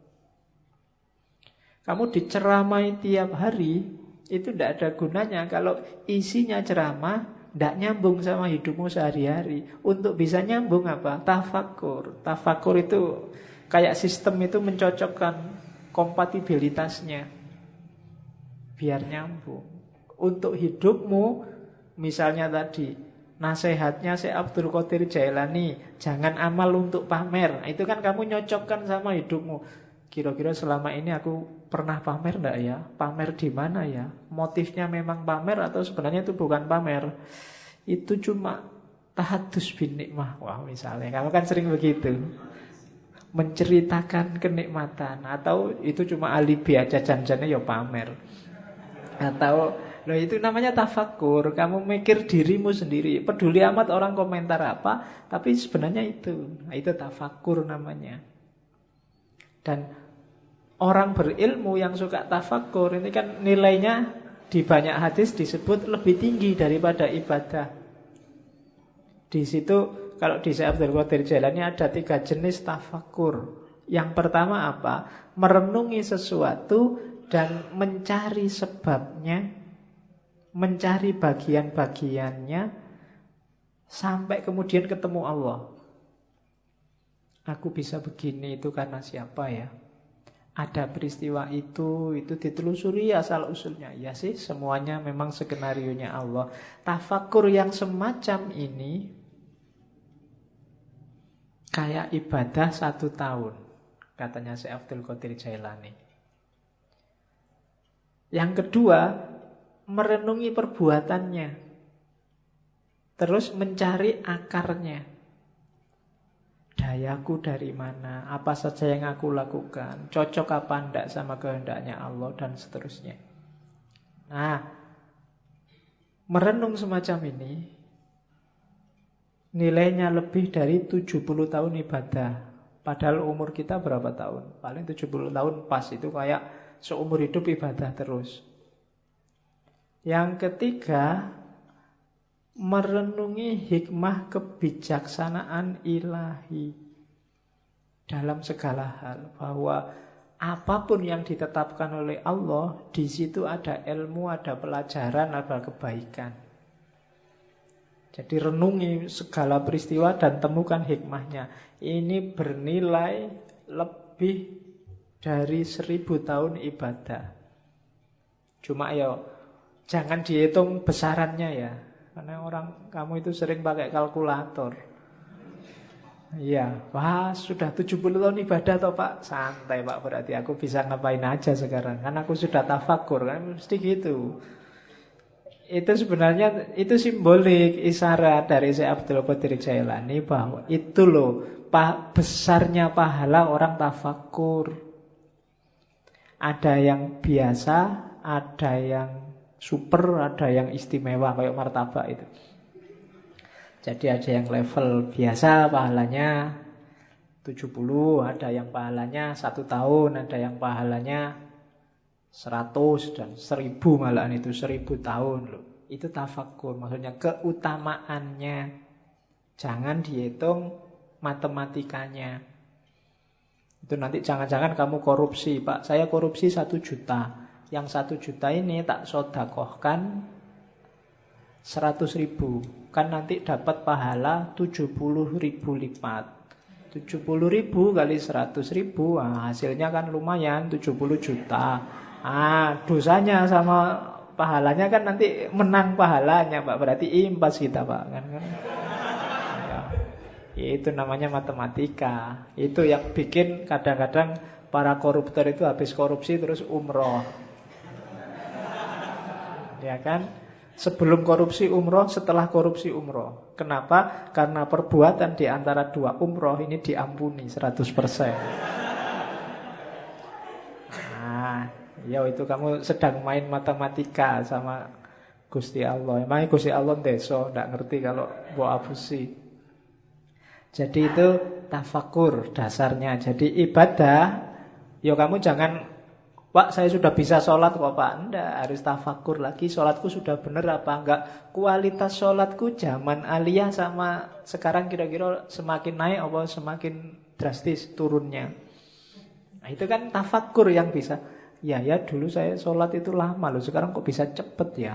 Kamu diceramai tiap hari, itu tidak ada gunanya kalau isinya ceramah tidak nyambung sama hidupmu sehari-hari. Untuk bisa nyambung apa? Tafakkur. Tafakkur itu kayak sistem itu mencocokkan kompatibilitasnya biar nyambung. Untuk hidupmu, misalnya tadi nasihatnya Syekh Abdul Qadir Jailani, jangan amal untuk pamer. Itu kan kamu nyocokkan sama hidupmu. Kira-kira selama ini aku pernah pamer enggak ya? Pamer di mana ya? Motifnya memang pamer atau sebenarnya itu bukan pamer? Itu cuma tahadus bin nikmah. Wah, misalnya kamu kan sering begitu. Menceritakan kenikmatan, atau itu cuma alibi aja, janjinya ya pamer. Atau loh, itu namanya tafakkur. Kamu mikir dirimu sendiri, peduli amat orang komentar apa, tapi sebenarnya itu. Nah, itu tafakkur namanya. Dan orang berilmu yang suka tafakkur ini kan nilainya di banyak hadis disebut lebih tinggi daripada ibadah. Di situ kalau di Syekh Abdul Qadir Jailani ada 3 jenis tafakkur. Yang pertama apa? Merenungi sesuatu dan mencari sebabnya, mencari bagian-bagiannya sampai kemudian ketemu Allah. Aku bisa begini itu karena siapa ya? Ada peristiwa itu ditelusuri asal-usulnya. Ya sih, semuanya memang skenarionya Allah. Tafakkur yang semacam ini kayak ibadah 1 tahun, katanya Syekh Abdul Qadir Jailani. Yang kedua, merenungi perbuatannya, terus mencari akarnya. Dayaku dari mana? Apa saja yang aku lakukan? Cocok apa enggak sama kehendaknya Allah? Dan seterusnya. Nah, merenung semacam ini nilainya lebih dari 70 tahun ibadah. Padahal umur kita berapa tahun? Paling 70 tahun pas, itu kayak seumur hidup ibadah terus. Yang ketiga, merenungi hikmah kebijaksanaan ilahi dalam segala hal, bahwa apapun yang ditetapkan oleh Allah, di situ ada ilmu, ada pelajaran, ada kebaikan. Jadi renungi segala peristiwa dan temukan hikmahnya. Ini bernilai lebih dari 1000 tahun ibadah. Cuma ya jangan dihitung besarannya ya, karena kamu itu sering pakai kalkulator. Iya, wah sudah 70 tahun ibadah toh Pak. Santai Pak, berarti aku bisa ngapain aja sekarang. Kan aku sudah tafakkur, kan mesti gitu. Itu sebenarnya itu simbolik, isyarat dari Syekh Abdul Qadir Jailani bahwa itu loh besarnya pahala orang tafakkur. Ada yang biasa, ada yang super, ada yang istimewa kayak martabak itu. Jadi ada yang level biasa pahalanya 70, ada yang pahalanya 1 tahun, ada yang pahalanya 100 dan 1000, malahan itu 1000 tahun loh. Itu tafakkur, maksudnya keutamaannya. Jangan dihitung matematikanya. Itu nanti jangan-jangan kamu korupsi, Pak. Saya korupsi 1 juta. Yang 1 juta ini tak sodakohkan 100.000. Kan nanti dapat pahala 70.000 lipat. 70.000 kali 100.000, nah, hasilnya kan lumayan 70 juta. Dosanya sama pahalanya kan nanti menang pahalanya, Pak. Berarti impas kita, Pak. Kan? Ya, itu namanya matematika. Itu yang bikin kadang-kadang para koruptor itu habis korupsi terus umroh. Ya kan? Sebelum korupsi umroh, setelah korupsi umroh. Kenapa? Karena perbuatan di antara 2 umroh ini diampuni 100%. Ya itu kamu sedang main matematika sama Gusti Allah. Emangnya Gusti Allah ndeso, ndak ngerti kalau mbok abusi. Jadi itu tafakur dasarnya. Jadi ibadah, ya kamu jangan, Pak saya sudah bisa sholat kok Pak. Enggak, harus tafakur lagi. Sholatku sudah benar apa enggak. Kualitas sholatku zaman aliyah sama sekarang kira-kira semakin naik apa semakin drastis turunnya. Nah itu kan tafakur yang bisa. Ya dulu saya sholat itu lama loh, sekarang kok bisa cepet ya.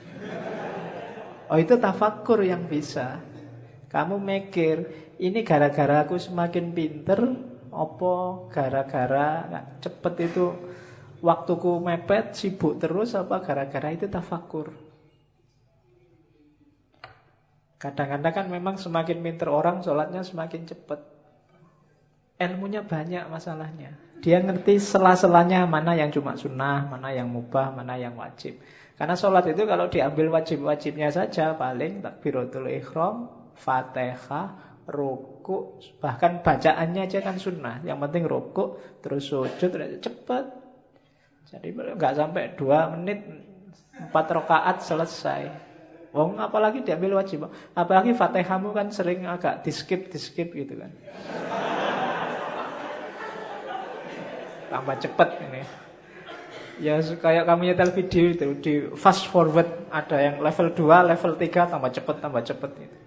Oh itu tafakur yang bisa. Kamu mikir, ini gara-gara aku semakin pinter, apa gara-gara cepet itu waktuku mepet, sibuk terus, apa gara-gara itu tafakur. Kadang-kadang kan memang semakin pinter orang, sholatnya semakin cepet. Ilmunya banyak masalahnya. Dia ngerti sela-selanya mana yang cuma sunnah, mana yang mubah, mana yang wajib. Karena sholat itu kalau diambil wajib-wajibnya saja, paling takbiratul ihram, Fatihah, ruku, bahkan bacaannya aja kan sunnah. Yang penting ruku, terus sujud, cepat. Jadi nggak sampai 2 menit, 4 rakaat selesai. Wong apalagi diambil wajib, apalagi Fatihahmu kan sering agak di-skip gitu kan. Tambah cepat ini. Ya kayak kamu nyetel video itu, di fast forward, ada yang level 2, level 3 tambah cepat gitu.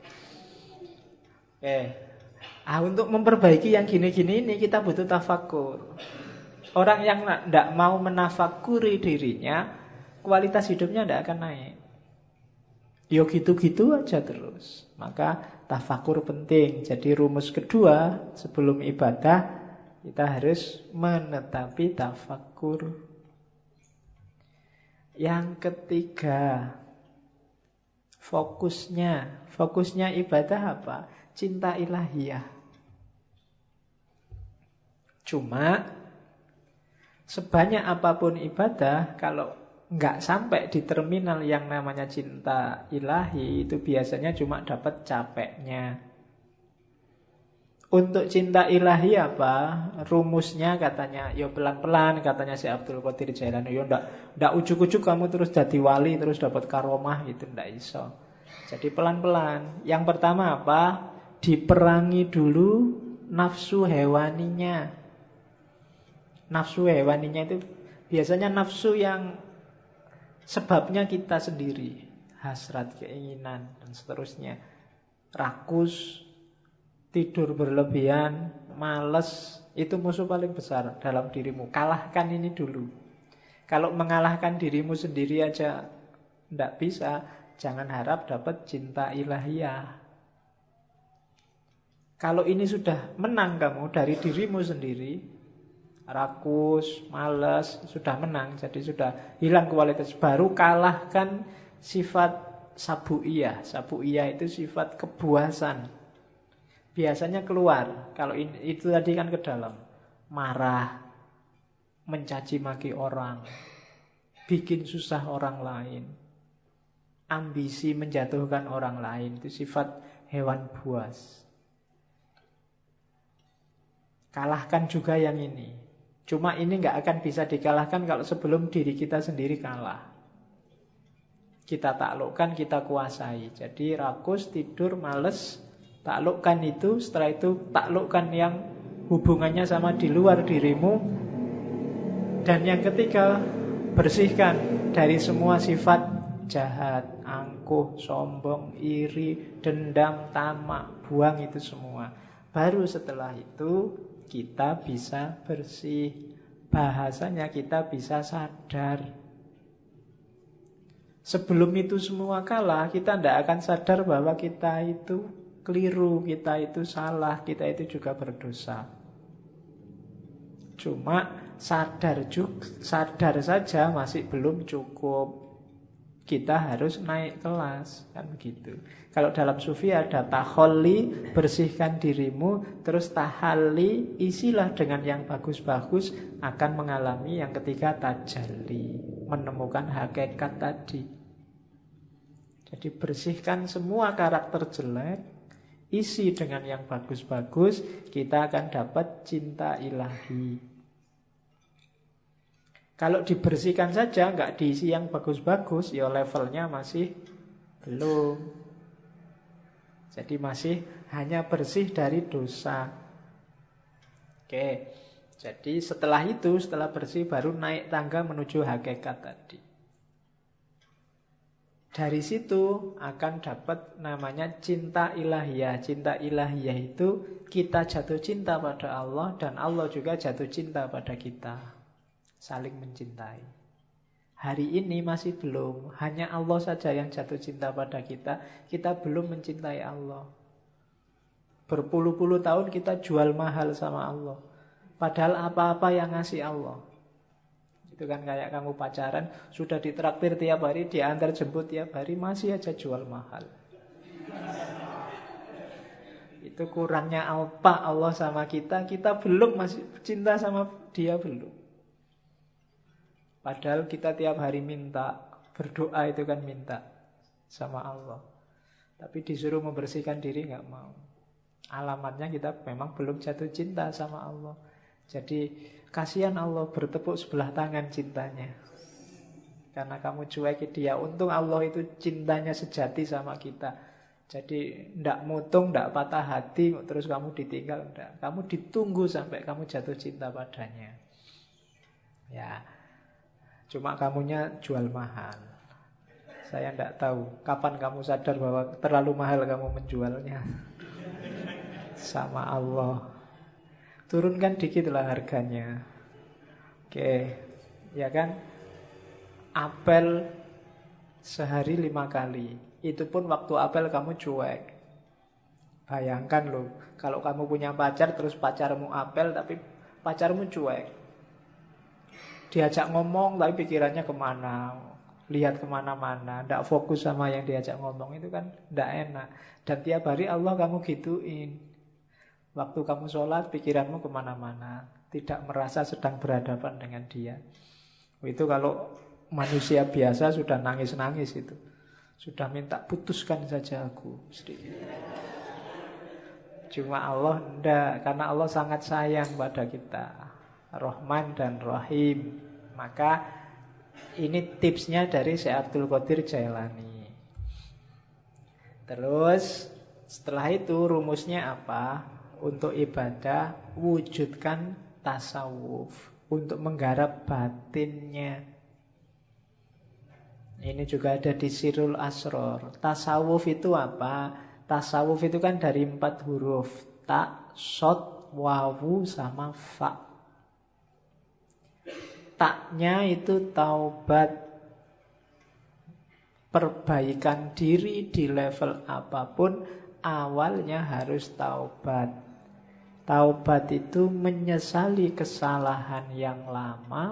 Untuk memperbaiki yang gini-gini ini kita butuh tafakur. Orang yang tidak mau menafakuri dirinya, kualitas hidupnya tidak akan naik. Yo gitu-gitu aja terus. Maka tafakur penting. Jadi rumus kedua sebelum ibadah, kita harus menetapi tafakur. Yang ketiga, fokusnya ibadah apa? Cinta ilahiyah. Cuma sebanyak apapun ibadah, kalau nggak sampai di terminal yang namanya cinta ilahi, itu biasanya cuma dapat capeknya. Untuk cinta ilahi apa? Rumusnya katanya, yo pelan-pelan katanya si Abdul Qadir Jailani. Yo ndak ujuk-ujuk kamu terus jadi wali terus dapat karomah gitu, ndak iso. Jadi pelan-pelan. Yang pertama apa? Diperangi dulu nafsu hewaninya. Nafsu hewaninya itu biasanya nafsu yang sebabnya kita sendiri, hasrat, keinginan dan seterusnya. Rakus, tidur berlebihan, malas, itu musuh paling besar dalam dirimu. Kalahkan ini dulu. Kalau mengalahkan dirimu sendiri aja tidak bisa, jangan harap dapat cinta ilahiyah. Kalau ini sudah menang kamu dari dirimu sendiri, rakus, malas, sudah menang, jadi sudah hilang kualitas. Baru kalahkan sifat sabu'iyah. Sabu'iyah itu sifat kebuasan. Biasanya keluar. Kalau itu tadi kan ke dalam. Marah, mencaci maki orang, bikin susah orang lain, ambisi menjatuhkan orang lain. Itu sifat hewan buas. Kalahkan juga yang ini. Cuma ini nggak akan bisa dikalahkan kalau sebelum diri kita sendiri kalah. Kita taklukkan, kita kuasai. Jadi rakus, tidur, males, taklukkan itu. Setelah itu taklukkan yang hubungannya sama di luar dirimu. Dan yang ketiga, bersihkan dari semua sifat jahat, angkuh, sombong, iri, dendam, tamak. Buang itu semua. Baru setelah itu kita bisa bersih. Bahasanya kita bisa sadar. Sebelum itu semua kalah, kita tidak akan sadar bahwa kita itu keliru, kita itu salah, kita itu juga berdosa. Cuma sadar saja masih belum cukup. Kita harus naik kelas, kan begitu. Kalau dalam sufi ada taholli, bersihkan dirimu, terus tahalli, isilah dengan yang bagus-bagus, akan mengalami yang ketiga tajalli, menemukan hakikat tadi. Jadi bersihkan semua karakter jelek, isi dengan yang bagus-bagus, kita akan dapat cinta ilahi. Kalau dibersihkan saja, nggak diisi yang bagus-bagus, ya levelnya masih belum. Jadi masih hanya bersih dari dosa. Oke, jadi setelah itu, setelah bersih baru naik tangga menuju hakikat tadi. Dari situ akan dapat namanya cinta ilahiyah. Cinta ilahiyah itu kita jatuh cinta pada Allah dan Allah juga jatuh cinta pada kita. Saling mencintai. Hari ini masih belum. Hanya Allah saja yang jatuh cinta pada kita. Kita belum mencintai Allah. Berpuluh-puluh tahun kita jual mahal sama Allah. Padahal apa-apa yang ngasih Allah. Itu kan kayak kamu pacaran, sudah ditraktir tiap hari, diantar jemput tiap hari, masih aja jual mahal. Itu kurangnya apa Allah sama kita, kita belum masih cinta sama dia belum. Padahal kita tiap hari minta, berdoa itu kan minta sama Allah. Tapi disuruh membersihkan diri nggak mau. Alamatnya kita memang belum jatuh cinta sama Allah. Jadi kasihan Allah bertepuk sebelah tangan cintanya. Karena kamu cuekin dia. Untung Allah itu cintanya sejati sama kita. Jadi ndak mutung, ndak patah hati, terus kamu ditinggal, ndak. Kamu ditunggu sampai kamu jatuh cinta padanya. Ya, cuma kamunya jual mahal. Saya ndak tahu kapan kamu sadar bahwa terlalu mahal kamu menjualnya sama Allah. Turunkan dikit lah harganya. Oke, ya kan? Apel sehari 5 kali. Itu pun waktu apel kamu cuek. Bayangkan loh, kalau kamu punya pacar terus pacarmu apel tapi pacarmu cuek. Diajak ngomong tapi pikirannya kemana, lihat kemana-mana, tidak fokus sama yang diajak ngomong, itu kan tidak enak. Dan tiap hari Allah kamu gituin. Waktu kamu sholat, pikiranmu kemana-mana, tidak merasa sedang berhadapan dengan dia. Itu kalau manusia biasa sudah nangis-nangis itu. Sudah minta putuskan saja aku. Cuma Allah enggak, karena Allah sangat sayang pada kita. Rahman dan Rahim. Maka ini tipsnya dari Syekh Abdul Qadir Jailani. Terus setelah itu rumusnya apa? Untuk ibadah, wujudkan tasawuf. Untuk menggarap batinnya. Ini juga ada di Sirul Asror. Tasawuf itu apa? Tasawuf itu kan dari 4 huruf. Ta, sod, wawu, sama fa. Taknya itu taubat. Perbaikan diri di level apapun, awalnya harus taubat. Taubat itu menyesali kesalahan yang lama,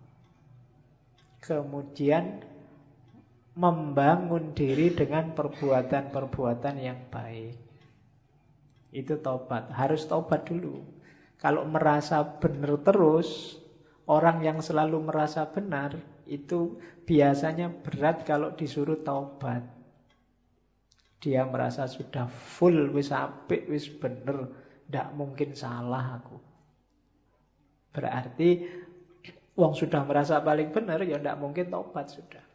kemudian membangun diri dengan perbuatan-perbuatan yang baik. Itu taubat, harus taubat dulu. Kalau merasa benar terus, orang yang selalu merasa benar, itu biasanya berat kalau disuruh taubat. Dia merasa sudah full, wis apik, wis bener, ndak mungkin salah aku. Berarti wong sudah merasa paling benar, ya ndak mungkin taubat sudah.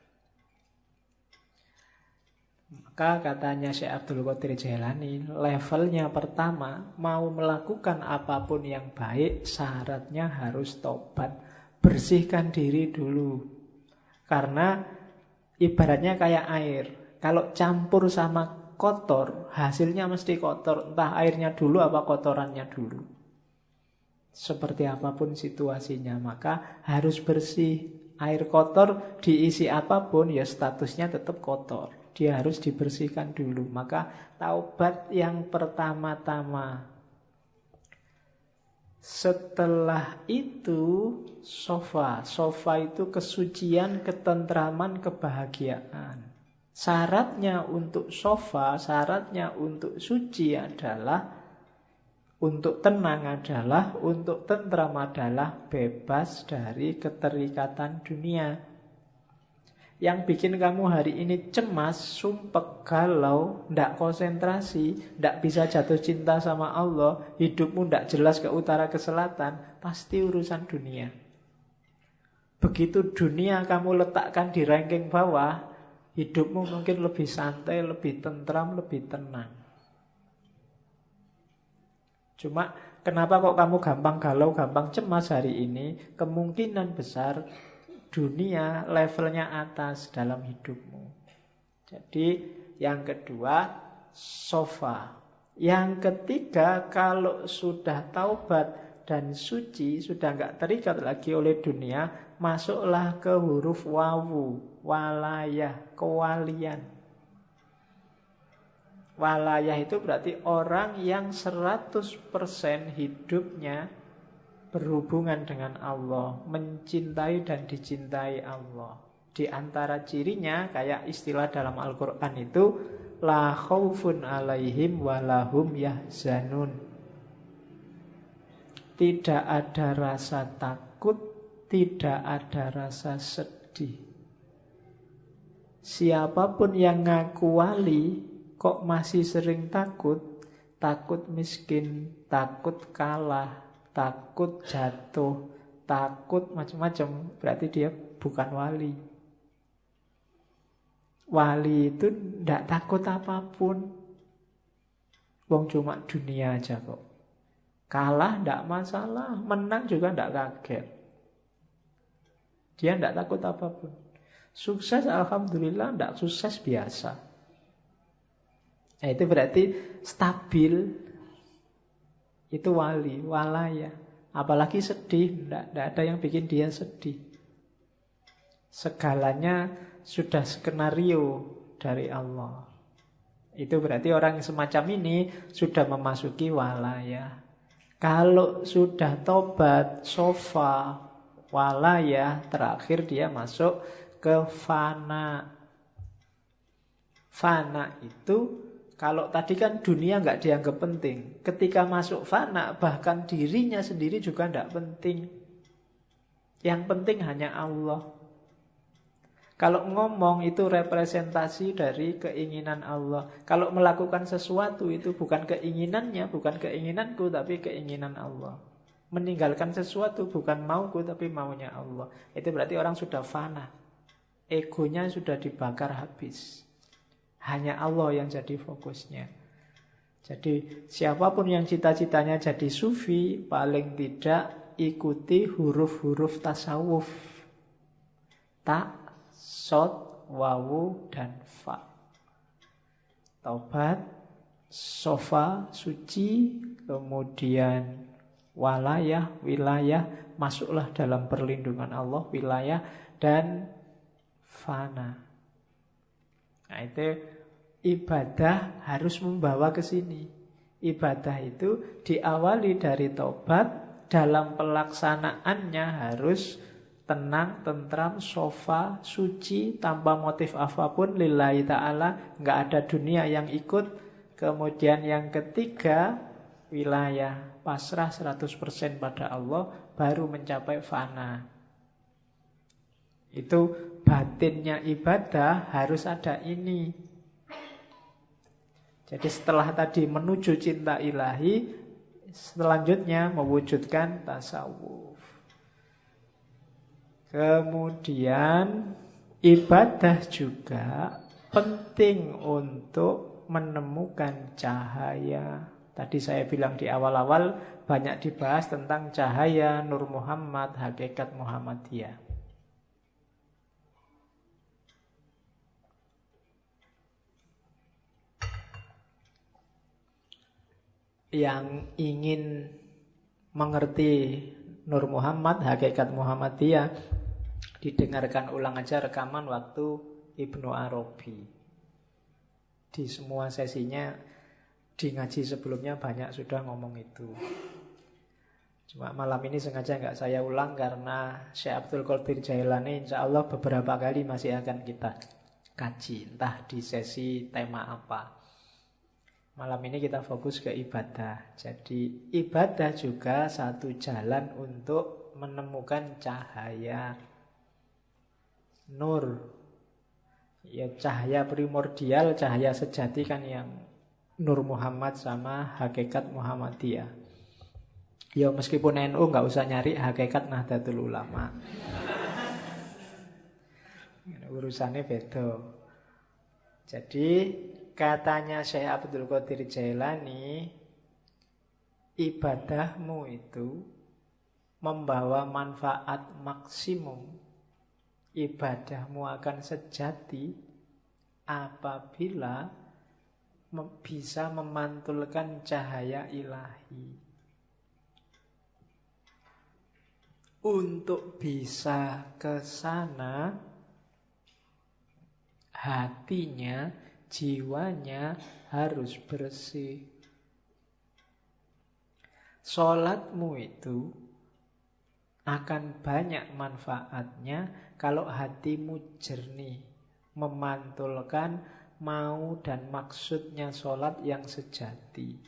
Maka katanya Syekh Abdul Qadir Jailani, levelnya pertama, mau melakukan apapun yang baik, syaratnya harus taubat. Bersihkan diri dulu. Karena ibaratnya kayak air. Kalau campur sama kotor, hasilnya mesti kotor. Entah airnya dulu apa kotorannya dulu. Seperti apapun situasinya, maka harus bersih. Air kotor diisi apapun, ya statusnya tetap kotor. Dia harus dibersihkan dulu. Maka taubat yang pertama-tama. Setelah itu sofa. Sofa itu kesucian, ketentraman, kebahagiaan. Syaratnya untuk sofa, syaratnya untuk suci adalah, untuk tenang adalah, untuk tentram adalah bebas dari keterikatan dunia. Yang bikin kamu hari ini cemas, sumpek, galau, ndak konsentrasi, ndak bisa jatuh cinta sama Allah, hidupmu ndak jelas ke utara ke selatan, pasti urusan dunia. Begitu dunia kamu letakkan di ranking bawah, hidupmu mungkin lebih santai, lebih tentram, lebih tenang. Cuma kenapa kok kamu gampang galau, gampang cemas hari ini? Kemungkinan besar dunia levelnya atas dalam hidupmu. Jadi yang kedua, sofa. Yang ketiga, kalau sudah taubat dan suci, sudah nggak terikat lagi oleh dunia, masuklah ke huruf wawu, walayah, kewalian. Walayah itu berarti orang yang 100% hidupnya berhubungan dengan Allah, mencintai dan dicintai Allah. Di antara cirinya, kayak istilah dalam Al-Quran itu, la khaufun alaihim walahum yahzanun. Tidak ada rasa takut, tidak ada rasa sedih. Siapapun yang ngaku wali kok masih sering takut, takut miskin, takut kalah, takut jatuh, takut macam-macam, berarti dia bukan wali. Wali itu tidak takut apapun. Wong cuma dunia aja kok. Kalah tidak masalah, menang juga tidak kaget. Dia tidak takut apapun. Sukses alhamdulillah, tidak sukses biasa. Nah, itu berarti stabil. Itu wali, walaya. Apalagi sedih, tidak ada yang bikin dia sedih. Segalanya sudah skenario dari Allah. Itu berarti orang yang semacam ini sudah memasuki walaya. Kalau sudah tobat, sofa, walaya, terakhir dia masuk ke fana. Fana itu, kalau tadi kan dunia nggak dianggap penting. Ketika masuk fana, bahkan dirinya sendiri juga nggak penting. Yang penting hanya Allah. Kalau ngomong itu representasi dari keinginan Allah. Kalau melakukan sesuatu itu bukan keinginannya, bukan keinginanku, tapi keinginan Allah. Meninggalkan sesuatu bukan mauku, tapi maunya Allah. Itu berarti orang sudah fana. Egonya sudah dibakar habis. Hanya Allah yang jadi fokusnya. Jadi siapapun yang cita-citanya jadi sufi, paling tidak ikuti huruf-huruf tasawuf. Ta, sod, wawu, dan fa. Taubat, sofa, suci, kemudian walayah, wilayah, masuklah dalam perlindungan Allah, wilayah, dan fana. Nah, itu ibadah harus membawa ke sini. Ibadah itu diawali dari taubat, dalam pelaksanaannya harus tenang, tentram, sofa, suci, tanpa motif apapun, lillahi ta'ala, nggak ada dunia yang ikut. Kemudian yang ketiga, wilayah, pasrah 100% pada Allah, baru mencapai fana. Itu batinnya ibadah harus ada ini. Jadi setelah tadi menuju cinta ilahi, selanjutnya mewujudkan tasawuf. Kemudian ibadah juga penting untuk menemukan cahaya. Tadi saya bilang di awal-awal banyak dibahas tentang cahaya Nur Muhammad, hakikat Muhammadiyah. Yang ingin mengerti Nur Muhammad, hakikat Muhammadiyah, didengarkan ulang aja rekaman waktu Ibnu Arabi. Di semua sesinya, di ngaji sebelumnya banyak sudah ngomong itu. Cuma malam ini sengaja nggak saya ulang karena Syekh Abdul Qadir Jailani insya Allah beberapa kali masih akan kita kaji, entah di sesi tema apa. Malam ini kita fokus ke ibadah. Jadi ibadah juga satu jalan untuk menemukan cahaya nur. Ya cahaya primordial, cahaya sejati kan yang Nur Muhammad sama hakikat Muhammadiyah. Ya meskipun NU nggak usah nyari hakikat Nahdlatul Ulama. Urusannya beda. Jadi katanya Syekh Abdul Qadir Jailani, ibadahmu itu membawa manfaat maksimum. Ibadahmu akan sejati apabila bisa memantulkan cahaya ilahi. Untuk bisa ke sana, hatinya, jiwanya harus bersih. Sholatmu itu akan banyak manfaatnya kalau hatimu jernih, memantulkan mau dan maksudnya sholat yang sejati.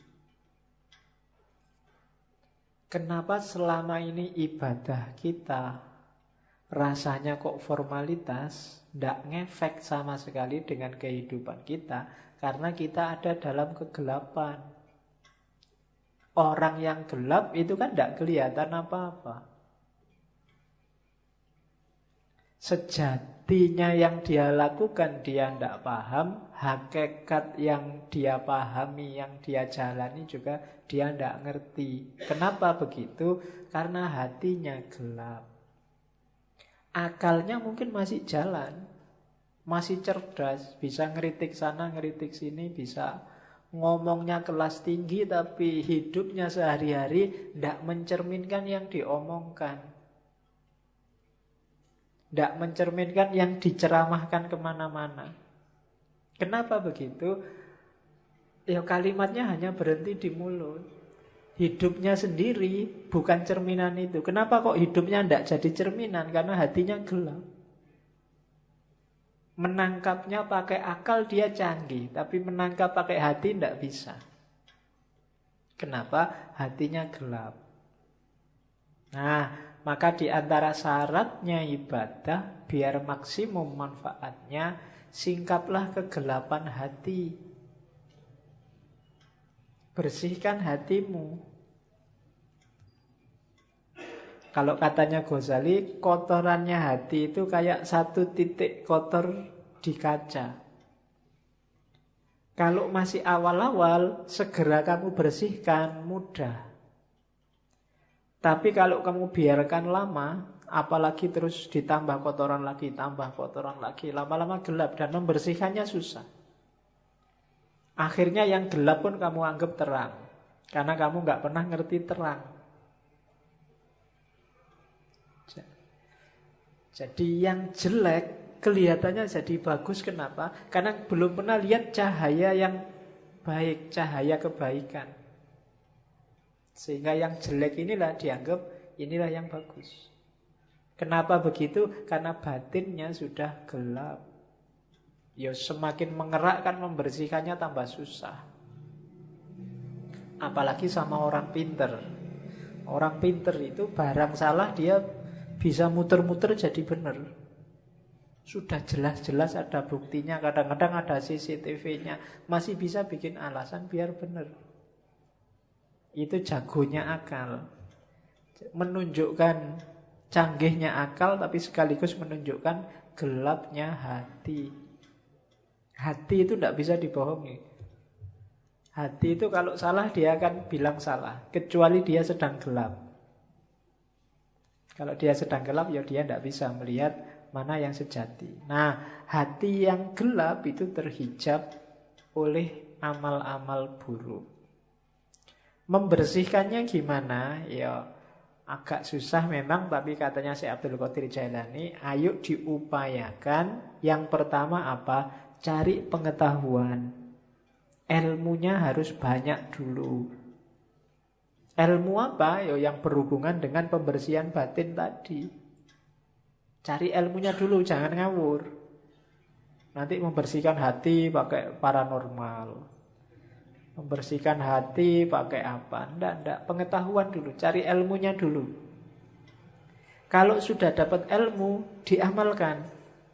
Kenapa selama ini ibadah kita rasanya kok formalitas, tidak ngefek sama sekali dengan kehidupan kita? Karena kita ada dalam kegelapan. Orang yang gelap itu kan tidak kelihatan apa-apa. Sejatinya yang dia lakukan dia tidak paham, hakikat yang dia pahami, yang dia jalani juga dia tidak ngerti. Kenapa begitu? Karena hatinya gelap. Akalnya mungkin masih jalan, masih cerdas, bisa ngeritik sana, ngeritik sini, bisa ngomongnya kelas tinggi, tapi hidupnya sehari-hari tidak mencerminkan yang diomongkan. Tidak mencerminkan yang diceramahkan kemana-mana. Kenapa begitu? Ya kalimatnya hanya berhenti di mulut. Hidupnya sendiri bukan cerminan itu. Kenapa kok hidupnya tidak jadi cerminan? Karena hatinya gelap. Menangkapnya pakai akal dia canggih, tapi menangkap pakai hati tidak bisa. Kenapa? Hatinya gelap. Nah, maka di antara syaratnya ibadah, biar maksimum manfaatnya, singkaplah kegelapan hati. Bersihkan hatimu. Kalau katanya Ghazali, kotorannya hati itu kayak satu titik kotor di kaca. Kalau masih awal-awal, segera kamu bersihkan, mudah. Tapi kalau kamu biarkan lama, apalagi terus ditambah kotoran lagi, tambah kotoran lagi, lama-lama gelap dan membersihkannya susah. Akhirnya yang gelap pun kamu anggap terang, karena kamu nggak pernah ngerti terang. Jadi yang jelek kelihatannya jadi bagus. Kenapa? Karena belum pernah lihat cahaya yang baik, cahaya kebaikan. Sehingga yang jelek inilah dianggap inilah yang bagus. Kenapa begitu? Karena batinnya sudah gelap. Ya semakin mengerakkan membersihkannya tambah susah. Apalagi sama orang pinter. Orang pinter itu barang salah dia bisa muter-muter jadi benar. Sudah jelas-jelas ada buktinya, kadang-kadang ada CCTV-nya, masih bisa bikin alasan biar benar. Itu jagonya akal. Menunjukkan canggihnya akal, tapi sekaligus menunjukkan gelapnya hati. Hati itu tidak bisa dibohongi. Hati itu kalau salah dia akan bilang salah, kecuali dia sedang gelap. Kalau dia sedang gelap, ya dia tidak bisa melihat mana yang sejati. Nah, hati yang gelap itu terhijab oleh amal-amal buruk. Membersihkannya gimana? Ya agak susah memang, tapi katanya Syekh Abdul Qadir Jailani, ayo diupayakan. Yang pertama apa? Cari pengetahuan. Ilmunya harus banyak dulu. Ilmu apa? Ya yang berhubungan dengan pembersihan batin tadi. Cari ilmunya dulu, jangan ngawur. Nanti membersihkan hati pakai paranormal, membersihkan hati pakai apa? Enggak. Pengetahuan dulu, cari ilmunya dulu. Kalau sudah dapat ilmu, diamalkan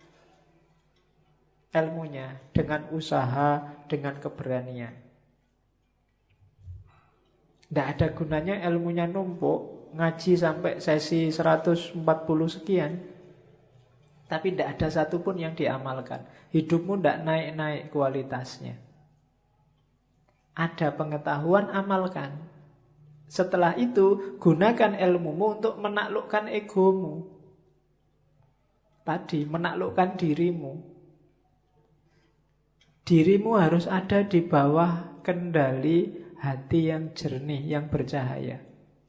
ilmunya dengan usaha, dengan keberanian. Tidak ada gunanya ilmunya numpuk, ngaji sampai sesi 140 sekian. Tapi tidak ada satupun yang diamalkan. Hidupmu tidak naik-naik kualitasnya. Ada pengetahuan, amalkan. Setelah itu, gunakan ilmumu untuk menaklukkan egomu. Tadi, menaklukkan dirimu. Dirimu harus ada di bawah kendali hati yang jernih, yang bercahaya.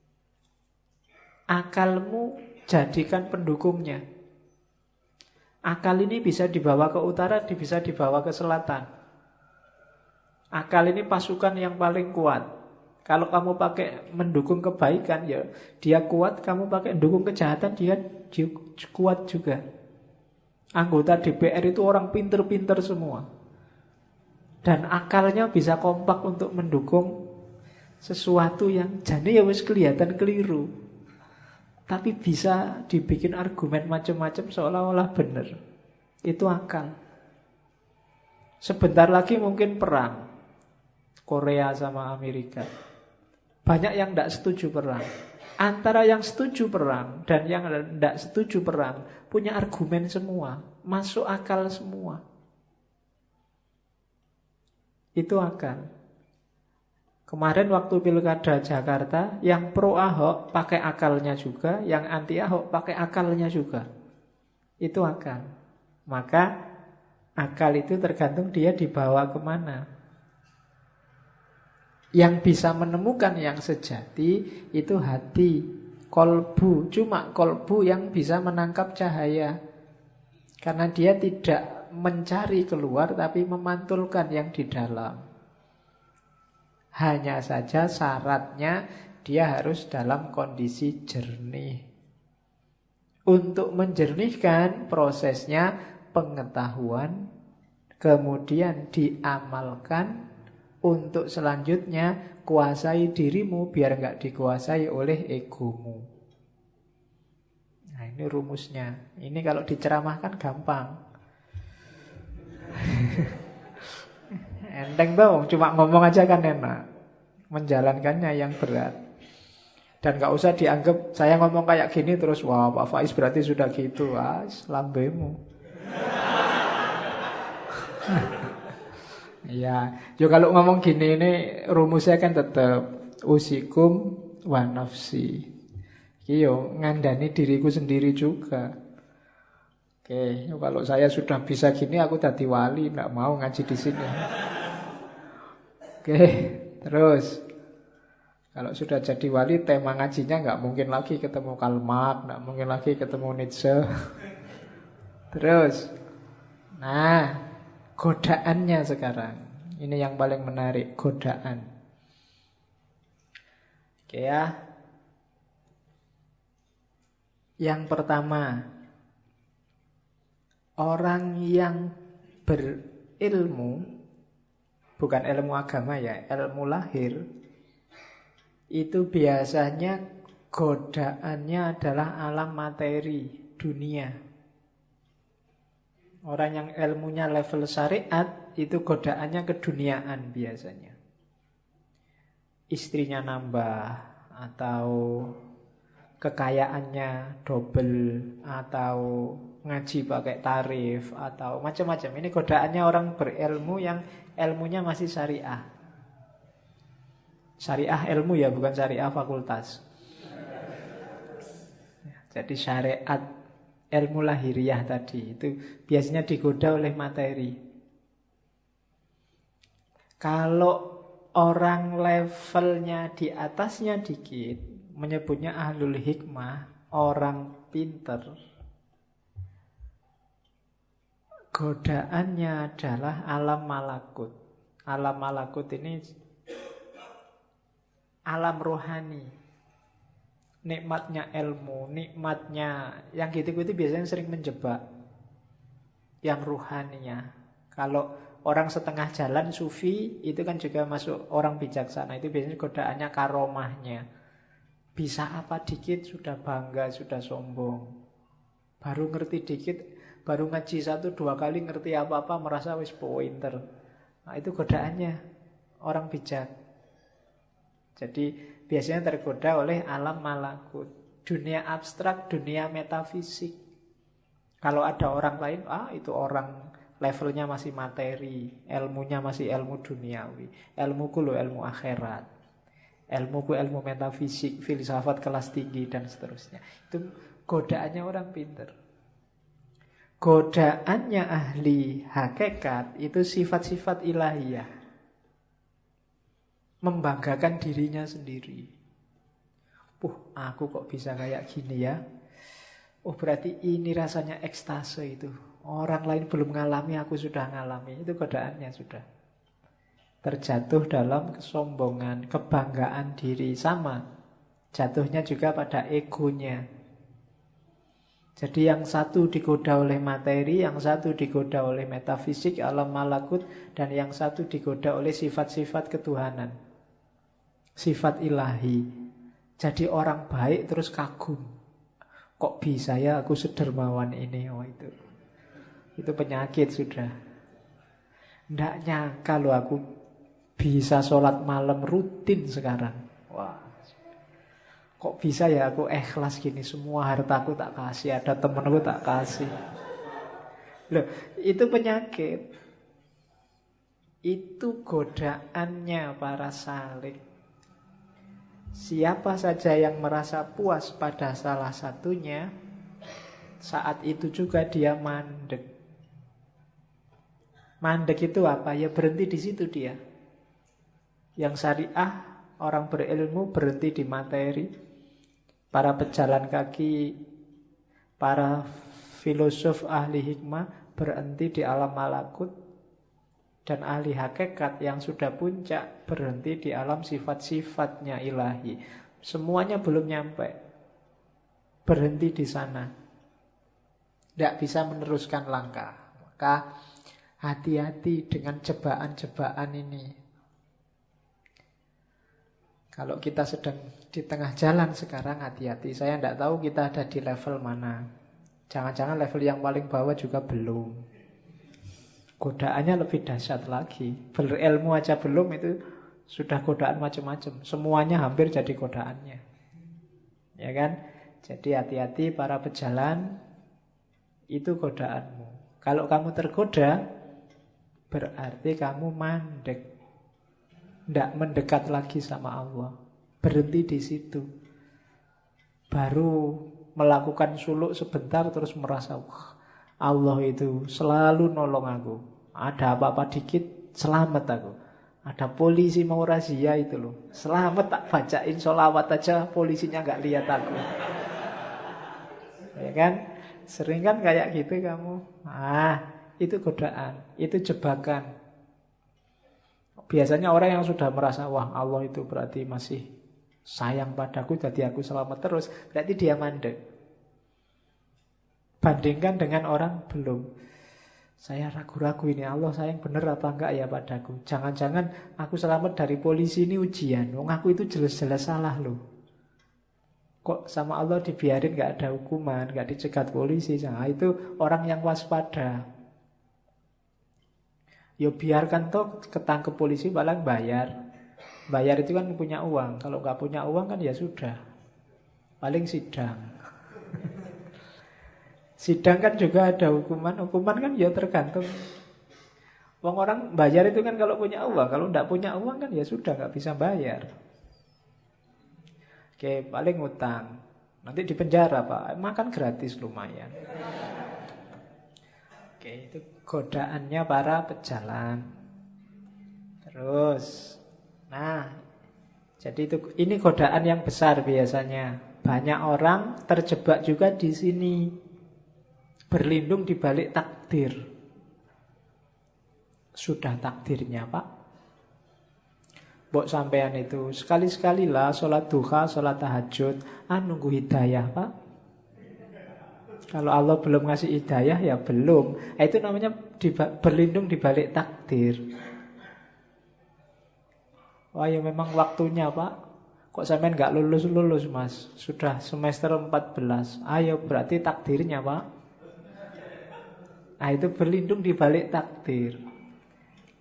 Akalmu jadikan pendukungnya. Akal ini bisa dibawa ke utara, bisa dibawa ke selatan. Akal ini pasukan yang paling kuat. Kalau kamu pakai mendukung kebaikan, ya dia kuat. Kamu pakai mendukung kejahatan, dia kuat juga. Anggota DPR itu orang pinter-pinter semua. Dan akalnya bisa kompak untuk mendukung sesuatu yang jadi ya wis kelihatan keliru. Tapi bisa dibikin argumen macam-macam seolah-olah benar. Itu akal. Sebentar lagi mungkin perang Korea sama Amerika. Banyak yang tidak setuju perang. Antara yang setuju perang dan yang tidak setuju perang punya argumen semua. Masuk akal semua. Itu akal. Kemarin waktu pilkada Jakarta, yang pro Ahok pakai akalnya juga, yang anti Ahok pakai akalnya juga. Itu akal. Maka akal itu tergantung dia dibawa kemana. Yang bisa menemukan yang sejati itu hati, kolbu. Cuma kolbu yang bisa menangkap cahaya. Karena dia tidak mencari keluar, tapi memantulkan yang di dalam. Hanya saja syaratnya dia harus dalam kondisi jernih. Untuk menjernihkan prosesnya pengetahuan, kemudian diamalkan. Untuk selanjutnya kuasai dirimu biar nggak dikuasai oleh egomu. Nah ini rumusnya. Ini kalau diceramahkan gampang. Enteng tau, cuma ngomong aja kan enak. Menjalankannya yang berat. Dan gak usah dianggap saya ngomong kayak gini terus wah Pak Faiz berarti sudah gitu. Wah, lambemu. Ya, yo kalau ngomong gini ini rumusnya kan tetap usikum wa nafsi. Yo ngandani diriku sendiri juga. Oke, kalau saya sudah bisa gini aku tadi wali, nggak mau ngaji di sini. Oke, terus kalau sudah jadi wali tema ngajinya nggak mungkin lagi ketemu Karl Marx, nggak mungkin lagi ketemu Nietzsche. Terus, nah godaannya sekarang ini yang paling menarik, godaan. Oke ya. Yang pertama, orang yang berilmu, bukan ilmu agama ya, ilmu lahir, itu biasanya godaannya adalah alam materi, dunia. Orang yang ilmunya level syariat, itu godaannya keduniaan biasanya. Istrinya nambah, atau kekayaannya double, atau ngaji pakai tarif, atau macam-macam. Ini godaannya orang berilmu yang ilmunya masih syariah. Syariah ilmu ya, bukan syariah fakultas. Jadi syariat ilmu lahiriah tadi itu biasanya digoda oleh materi. Kalau orang levelnya di atasnya dikit, menyebutnya ahlul hikmah, orang pinter, godaannya adalah alam malakut. Alam malakut ini alam rohani. Nikmatnya ilmu, nikmatnya yang gitu-gitu biasanya sering menjebak. Yang ruhaninya. Kalau orang setengah jalan sufi itu kan juga masuk orang bijaksana. Itu biasanya godaannya karomahnya. Bisa apa dikit sudah bangga, sudah sombong. Baru ngerti dikit, baru ngaji 1-2 kali ngerti apa-apa merasa wis pointer. Nah itu godaannya orang bijak. Jadi biasanya tergoda oleh alam malakut, dunia abstrak, dunia metafisik. Kalau ada orang lain, itu orang levelnya masih materi, ilmunya masih ilmu duniawi. Ilmuku loh ilmu akhirat. Ilmuku ilmu metafisik, filsafat kelas tinggi dan seterusnya. Itu godaannya orang pinter. Godaannya ahli hakikat itu sifat-sifat ilahiyah. Membanggakan dirinya sendiri. Aku kok bisa kayak gini ya. Berarti ini rasanya ekstase itu. Orang lain belum ngalami, aku sudah ngalami. Itu godaannya sudah. Terjatuh dalam kesombongan, kebanggaan diri. Sama. Jatuhnya juga pada egonya. Jadi yang satu digoda oleh materi, yang satu digoda oleh metafisik, alam malakut, dan yang satu digoda oleh sifat-sifat ketuhanan. Sifat ilahi. Jadi orang baik terus kagum. Kok bisa ya aku sedermawan ini? Itu penyakit sudah. Nggak nyangka loh aku bisa sholat malam rutin sekarang. Wah, kok bisa ya aku ikhlas gini, semua hartaku tak kasih, ada temenku tak kasih. Loh, itu penyakit. Itu godaannya para salik. Siapa saja yang merasa puas pada salah satunya, saat itu juga dia mandek. Mandek itu apa? Ya berhenti di situ dia. Yang syariah, orang berilmu berhenti di materi. Para pejalan kaki, para filosof ahli hikmah berhenti di alam malakut. Dan ahli hakikat yang sudah puncak berhenti di alam sifat-sifatnya ilahi. Semuanya belum nyampe. Berhenti di sana. Tidak bisa meneruskan langkah. Maka hati-hati dengan jebakan-jebakan ini. Kalau kita sedang di tengah jalan sekarang, hati-hati. Saya tidak tahu kita ada di level mana. Jangan-jangan level yang paling bawah juga belum. Godaannya lebih dahsyat lagi. Berilmu aja belum, itu sudah godaan macam-macam. Semuanya hampir jadi godaannya. Ya kan? Jadi hati-hati para pejalan, itu godaanmu. Kalau kamu tergoda, berarti kamu mandek. Tidak mendekat lagi sama Allah. Berhenti di situ. Baru melakukan suluk sebentar terus merasa, wah, Allah itu selalu nolong aku. Ada apa-apa dikit, selamat aku. Ada polisi mau razia itu loh, selamat, tak bacain sholawat aja, polisinya gak lihat aku. Ya kan? Sering kan kayak gitu kamu. Itu godaan, itu jebakan. Biasanya orang yang sudah merasa, wah Allah itu berarti masih sayang padaku, jadi aku selamat terus, berarti dia mandek. Bandingkan dengan orang belum. Saya ragu-ragu ini, Allah sayang bener apa enggak ya padaku. Jangan-jangan aku selamat dari polisi ini ujian. Wong aku itu jelas-jelas salah loh. Kok sama Allah dibiarin gak ada hukuman, gak dicegat polisi. Nah, itu orang yang waspada. Ya biarkan toh ketangkep polisi paling bayar. Bayar itu kan punya uang. Kalau gak punya uang kan ya sudah, paling sidang. Sidang kan juga ada hukuman. Hukuman kan ya tergantung. Orang bayar itu kan kalau punya uang. Kalau tidak punya uang kan ya sudah, nggak bisa bayar. Oke, paling utang. Nanti di penjara Pak, makan gratis lumayan. Oke, itu godaannya para pejalan. Terus, jadi ini godaan yang besar biasanya. Banyak orang terjebak juga di sini. Berlindung di balik takdir. Sudah takdirnya Pak. Mbok sampean itu sekali-sekali lah sholat duha, sholat tahajud, nunggu hidayah Pak. Kalau Allah belum ngasih hidayah ya belum. Itu namanya berlindung di balik takdir. Wah ya memang waktunya Pak. Kok sampean gak lulus-lulus Mas? Sudah semester 14. Ayo berarti takdirnya Pak. Itu berlindung di balik takdir.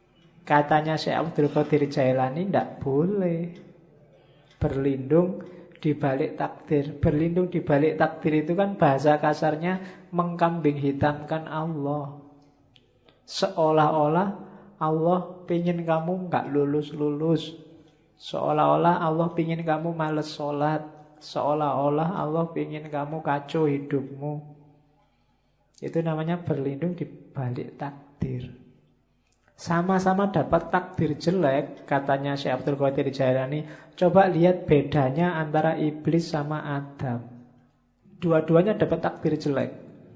Katanya Syekh Abdul Qadir Jailani, tidak boleh berlindung di balik takdir. Berlindung di balik takdir itu kan bahasa kasarnya mengkambing hitamkan Allah. Seolah-olah Allah pingin kamu nggak lulus-lulus. Seolah-olah Allah pingin kamu males sholat. Seolah-olah Allah pingin kamu kacau hidupmu. Itu namanya berlindung di balik takdir. Sama-sama dapat takdir jelek, katanya Syekh Abdul Qadir Jailani. Coba lihat bedanya antara iblis sama Adam. Dua-duanya dapat takdir jelek.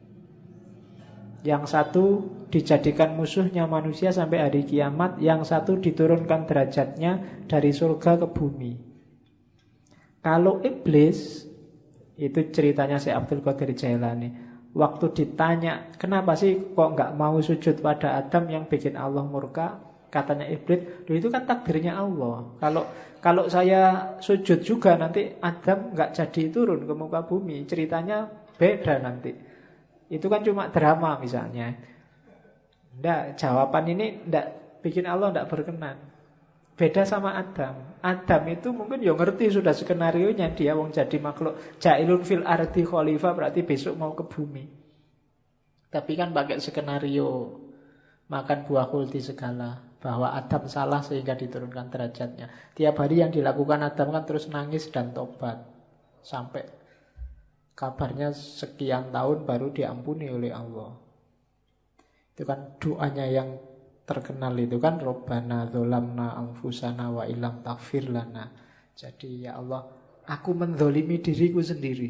Yang satu dijadikan musuhnya manusia sampai hari kiamat. Yang satu diturunkan derajatnya dari surga ke bumi. Kalau iblis, itu ceritanya Syekh Abdul Qadir Jailani. Waktu ditanya, kenapa sih kok nggak mau sujud pada Adam yang bikin Allah murka? Katanya iblis, itu kan takdirnya Allah. Kalau saya sujud juga nanti Adam nggak jadi turun ke muka bumi. Ceritanya beda nanti. Itu kan cuma drama misalnya. Nggak, jawaban ini nggak bikin Allah nggak berkenan. Beda sama Adam. Adam itu mungkin ya ngerti sudah skenarionya, dia wong jadi makhluk jailun fil ardi khalifah, berarti besok mau ke bumi. Tapi kan pakai skenario makan buah kulti segala, bahwa Adam salah sehingga diturunkan derajatnya. Tiap hari yang dilakukan Adam kan terus nangis dan tobat. Sampai kabarnya sekian tahun baru diampuni oleh Allah. Itu kan doanya yang terkenal itu kan, Robbana dzolamna anfusana wa illam taghfir lana. Jadi ya Allah, aku menzolimi diriku sendiri.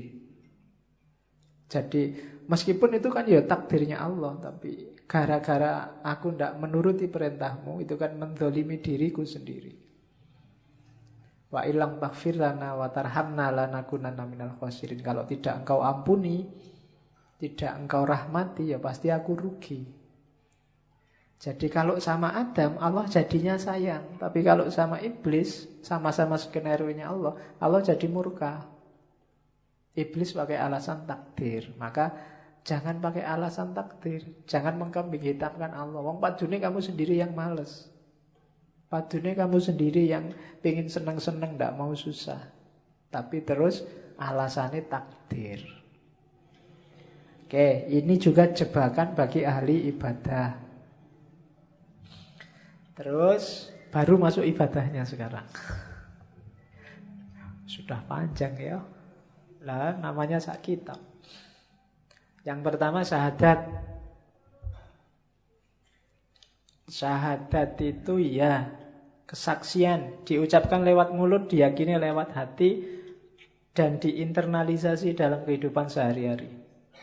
Jadi meskipun itu kan ya takdirnya Allah, tapi gara-gara aku tidak menuruti perintahmu, itu kan menzolimi diriku sendiri. Wa illam taghfir lana wa tarhamna lanakunanna minal khasirin. Kalau tidak engkau ampuni, tidak engkau rahmati, ya pasti aku rugi. Jadi kalau sama Adam, Allah jadinya sayang. Tapi kalau sama iblis, sama-sama skenario-nya Allah, Allah jadi murka. Iblis pakai alasan takdir. Maka jangan pakai alasan takdir. Jangan mengkambing hitamkan Allah. Wong padune kamu sendiri yang males. Padune kamu sendiri yang pengen seneng-seneng, gak mau susah. Tapi terus alasannya takdir. Oke, ini juga jebakan bagi ahli ibadah. Terus baru masuk ibadahnya sekarang. Sudah panjang ya. Lah namanya sak kitab. Yang pertama syahadat. Syahadat itu ya kesaksian, diucapkan lewat mulut, diyakini lewat hati, dan diinternalisasi dalam kehidupan sehari-hari.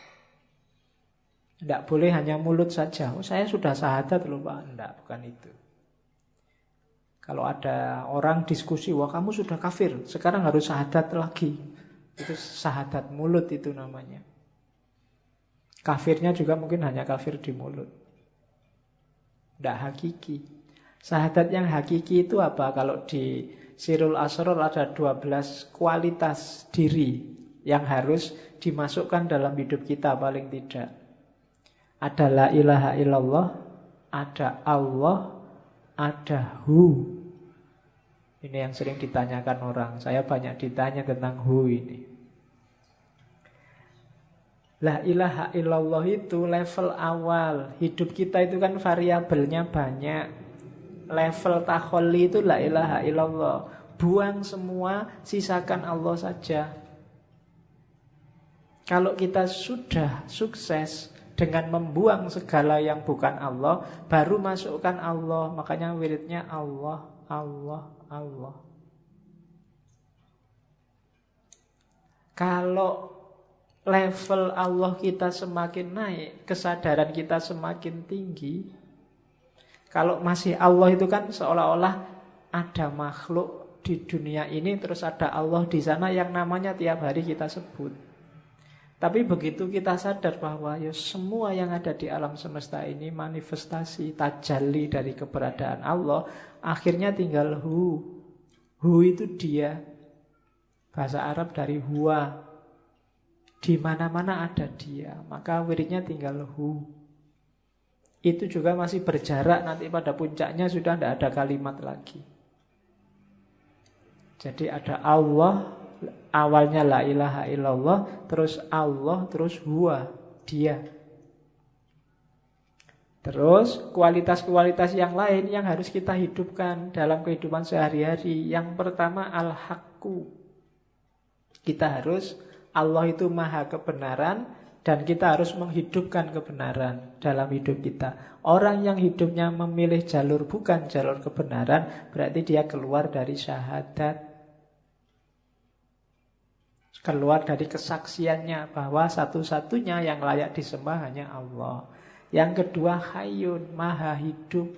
Tidak boleh hanya mulut saja. Oh, saya sudah syahadat loh Pak. Tidak, bukan itu. Kalau ada orang diskusi, wah kamu sudah kafir, sekarang harus syahadat lagi. Itu syahadat mulut itu namanya. Kafirnya juga mungkin hanya kafir di mulut. Tidak hakiki. Syahadat yang hakiki itu apa? Kalau di Sirul Asror ada 12 kualitas diri yang harus dimasukkan dalam hidup kita paling tidak. Ada la ilaha illallah, ada Allah, ada Hu. Ini yang sering ditanyakan orang. Saya banyak ditanya tentang Hu ini. La ilaha illallah itu level awal. Hidup kita itu kan variabelnya banyak. Level takholli itu la ilaha illallah. Buang semua, sisakan Allah saja. Kalau kita sudah sukses dengan membuang segala yang bukan Allah, baru masukkan Allah. Makanya wiridnya Allah, Allah, Allah. Kalau level Allah kita semakin naik, kesadaran kita semakin tinggi. Kalau masih Allah itu kan seolah-olah ada makhluk di dunia ini, terus ada Allah di sana yang namanya tiap hari kita sebut. Tapi begitu kita sadar bahwa ya semua yang ada di alam semesta ini manifestasi, tajalli dari keberadaan Allah, akhirnya tinggal Hu. Hu itu dia. Bahasa Arab dari huwa. Di mana-mana ada dia. Maka wiridnya tinggal Hu. Itu juga masih berjarak, nanti pada puncaknya sudah tidak ada kalimat lagi. Jadi ada Allah, Awalnya la ilaha illallah, terus Allah, terus huwa, dia. Terus kualitas-kualitas yang lain yang harus kita hidupkan dalam kehidupan sehari-hari. Yang pertama al-haqqu. Kita harus, Allah itu maha kebenaran, dan kita harus menghidupkan kebenaran dalam hidup kita. Orang yang hidupnya memilih jalur bukan jalur kebenaran, berarti dia keluar dari syahadat, keluar dari kesaksiannya bahwa satu-satunya yang layak disembah hanya Allah. Yang kedua hayyun, maha hidup.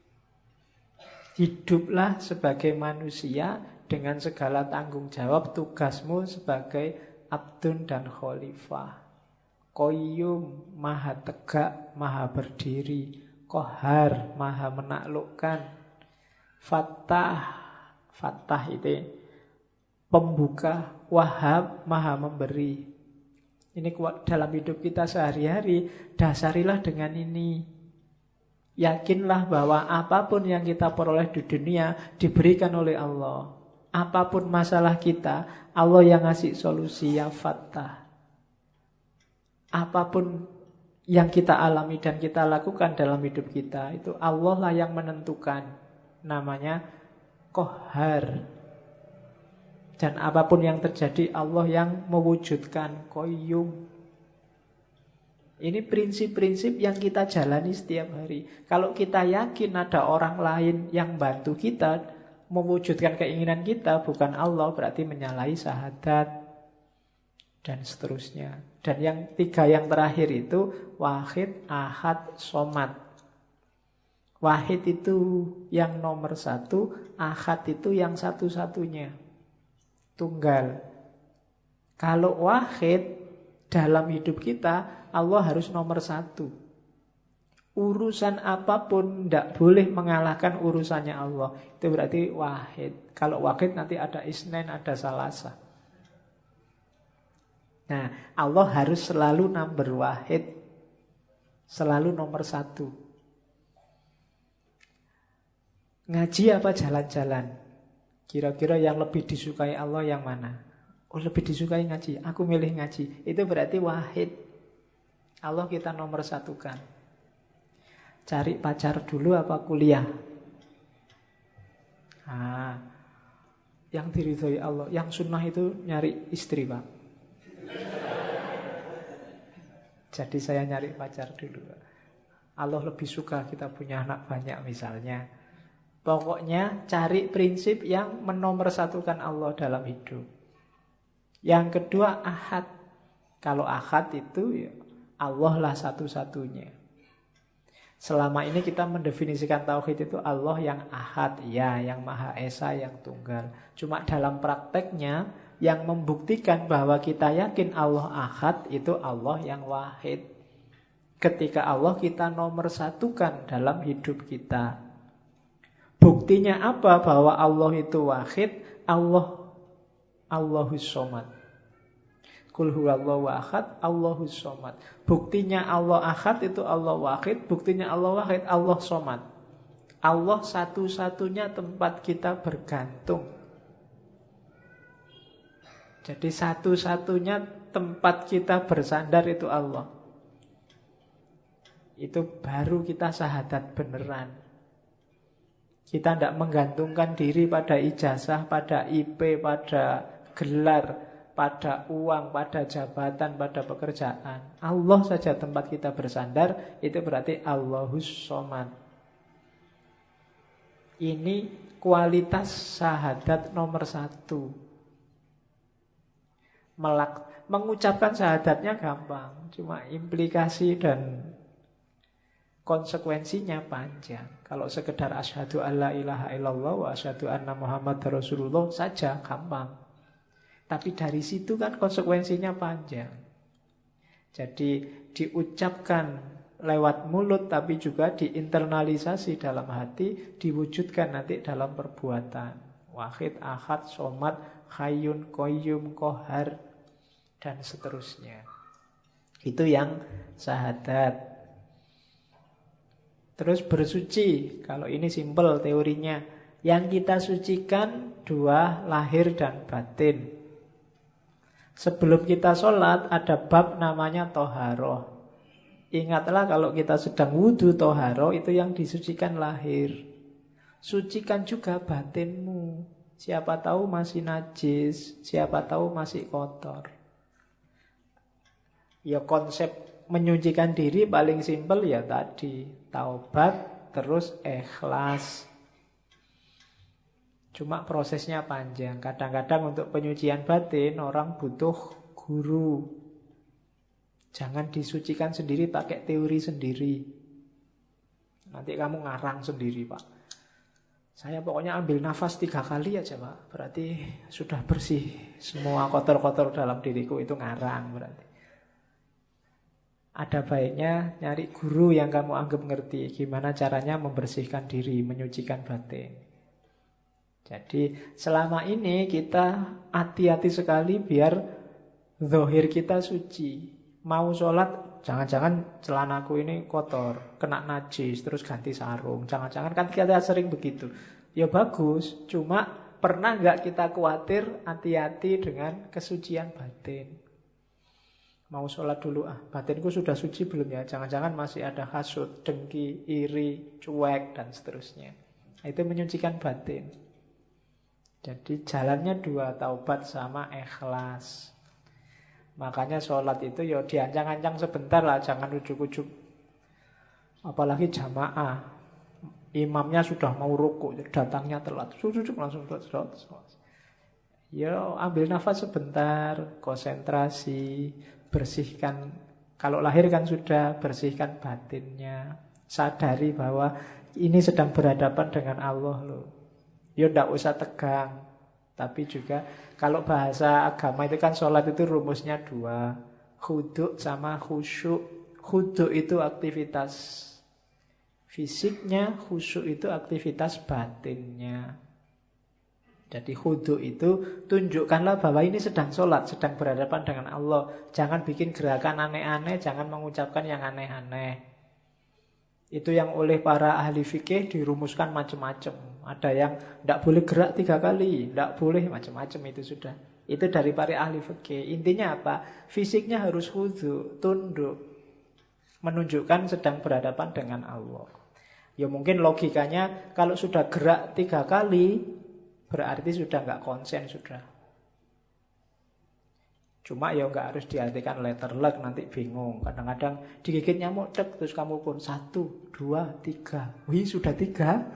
Hiduplah sebagai manusia dengan segala tanggung jawab tugasmu sebagai abdun dan khalifah. Qayyum, maha tegak, maha berdiri. Qahar, maha menaklukkan. Fattah, fattah itu pembuka. Wahhab, maha memberi. Ini dalam hidup kita sehari-hari, dasarilah dengan ini. Yakinlah bahwa apapun yang kita peroleh di dunia diberikan oleh Allah. Apapun masalah kita, Allah yang ngasih solusi, ya Fattah. Apapun yang kita alami dan kita lakukan dalam hidup kita, itu Allah lah yang menentukan. Namanya Qahar. Dan apapun yang terjadi, Allah yang mewujudkan, Qayyum. Ini prinsip-prinsip yang kita jalani setiap hari. Kalau kita yakin ada orang lain yang bantu kita mewujudkan keinginan kita, bukan Allah, berarti menyalahi syahadat dan seterusnya. Dan yang tiga yang terakhir itu wahid, ahad, somad. Wahid itu yang nomor satu, ahad itu yang satu-satunya, tunggal. Kalau wahid dalam hidup kita, Allah harus nomor satu. Urusan apapun tidak boleh mengalahkan urusannya Allah. Itu berarti wahid. Kalau wahid nanti ada isnen, ada salasa. Nah, Allah harus selalu number wahid, selalu nomor satu. Ngaji apa jalan-jalan? Kira-kira yang lebih disukai Allah yang mana? Oh, lebih disukai ngaji. Aku milih ngaji. Itu berarti wahid. Allah kita nomor satukan. Cari pacar dulu apa kuliah? Yang diridhoi Allah. Yang sunnah itu nyari istri, Pak. Jadi saya nyari pacar dulu. Allah lebih suka kita punya anak banyak misalnya. Pokoknya cari prinsip yang menomorsatukan Allah dalam hidup. Yang kedua ahad. Kalau ahad itu ya Allah lah satu-satunya. Selama ini kita mendefinisikan tauhid itu Allah yang ahad, ya, yang maha esa, yang tunggal. Cuma dalam prakteknya yang membuktikan bahwa kita yakin Allah ahad itu Allah yang wahid. Ketika Allah kita nomorsatukan dalam hidup kita. Buktinya apa bahwa Allah itu wahid? Allahus somad. Qul huwallahu ahad, Allahus somad. Buktinya Allah ahad itu Allah wahid. Buktinya Allah wahid, Allah somad. Allah satu-satunya tempat kita bergantung. Jadi satu-satunya tempat kita bersandar itu Allah. Itu baru kita syahadat beneran. Kita tidak menggantungkan diri pada ijazah, pada IP, pada gelar, pada uang, pada jabatan, pada pekerjaan. Allah saja tempat kita bersandar, itu berarti Allahus somad. Ini kualitas syahadat nomor satu. Mengucapkan syahadatnya gampang, cuma implikasi dan konsekuensinya panjang. Kalau sekedar asyhadu alla ilaha illallah wa asyhadu anna Muhammad Rasulullah saja gampang. Tapi dari situ kan konsekuensinya panjang. Jadi diucapkan lewat mulut tapi juga diinternalisasi dalam hati, diwujudkan nanti dalam perbuatan. Wahid, ahad, somad, hayyun, qayyum, qahar, dan seterusnya. Itu yang syahadat. Terus bersuci, kalau ini simpel teorinya. Yang kita sucikan dua, lahir dan batin. Sebelum kita sholat ada bab namanya toharoh. Ingatlah kalau kita sedang wudhu toharoh itu yang disucikan lahir. Sucikan juga batinmu. Siapa tahu masih najis, siapa tahu masih kotor. Ya konsep menyucikan diri paling simpel ya tadi, taubat terus ikhlas. Cuma prosesnya panjang. Kadang-kadang untuk penyucian batin orang butuh guru. Jangan disucikan sendiri pakai teori sendiri. Nanti kamu ngarang sendiri, Pak. Saya pokoknya ambil nafas 3 kali aja, Pak. Berarti sudah bersih semua kotor-kotor dalam diriku. Itu ngarang berarti. Ada baiknya nyari guru yang kamu anggap ngerti gimana caranya membersihkan diri, menyucikan batin. Jadi selama ini kita hati-hati sekali biar zahir kita suci. Mau sholat, jangan-jangan celanaku ini kotor, kena najis, terus ganti sarung. Jangan-jangan kan kita sering begitu. Ya bagus, cuma pernah nggak kita khawatir hati-hati dengan kesucian batin. Mau sholat dulu, batinku sudah suci belum ya? Jangan-jangan masih ada hasud, dengki, iri, cuek, dan seterusnya. Itu menyucikan batin. Jadi jalannya 2, taubat sama ikhlas. Makanya sholat itu ya diancang-ancang sebentar lah, jangan ujuk-ujuk. Apalagi jamaah, imamnya sudah mau rukuk, datangnya telat, ujuk langsung sholat. Ya ambil nafas sebentar, konsentrasi, bersihkan. Kalau lahir kan sudah, bersihkan batinnya. Sadari bahwa ini sedang berhadapan dengan Allah loh. Ya tidak usah tegang. Tapi juga kalau bahasa agama itu kan sholat itu rumusnya 2. Khudu' sama khusyuk. Khudu' itu aktivitas fisiknya, khusyuk itu aktivitas batinnya. Jadi khudu' itu tunjukkanlah bahwa ini sedang sholat, sedang berhadapan dengan Allah. Jangan bikin gerakan aneh-aneh, jangan mengucapkan yang aneh-aneh. Itu yang oleh para ahli fikih dirumuskan macam-macam. Ada yang tidak boleh gerak 3 kali, tidak boleh macam-macam, itu sudah. Itu dari para ahli fikih. Intinya apa? Fisiknya harus khudu', tunduk, menunjukkan sedang berhadapan dengan Allah. Ya mungkin logikanya kalau sudah gerak 3 kali berarti sudah nggak konsen sudah. Cuma ya nggak harus diartikan letter luck, nanti bingung. Kadang-kadang digigit nyamuk tek, terus kamu pun 1, 2, 3. Wih sudah 3.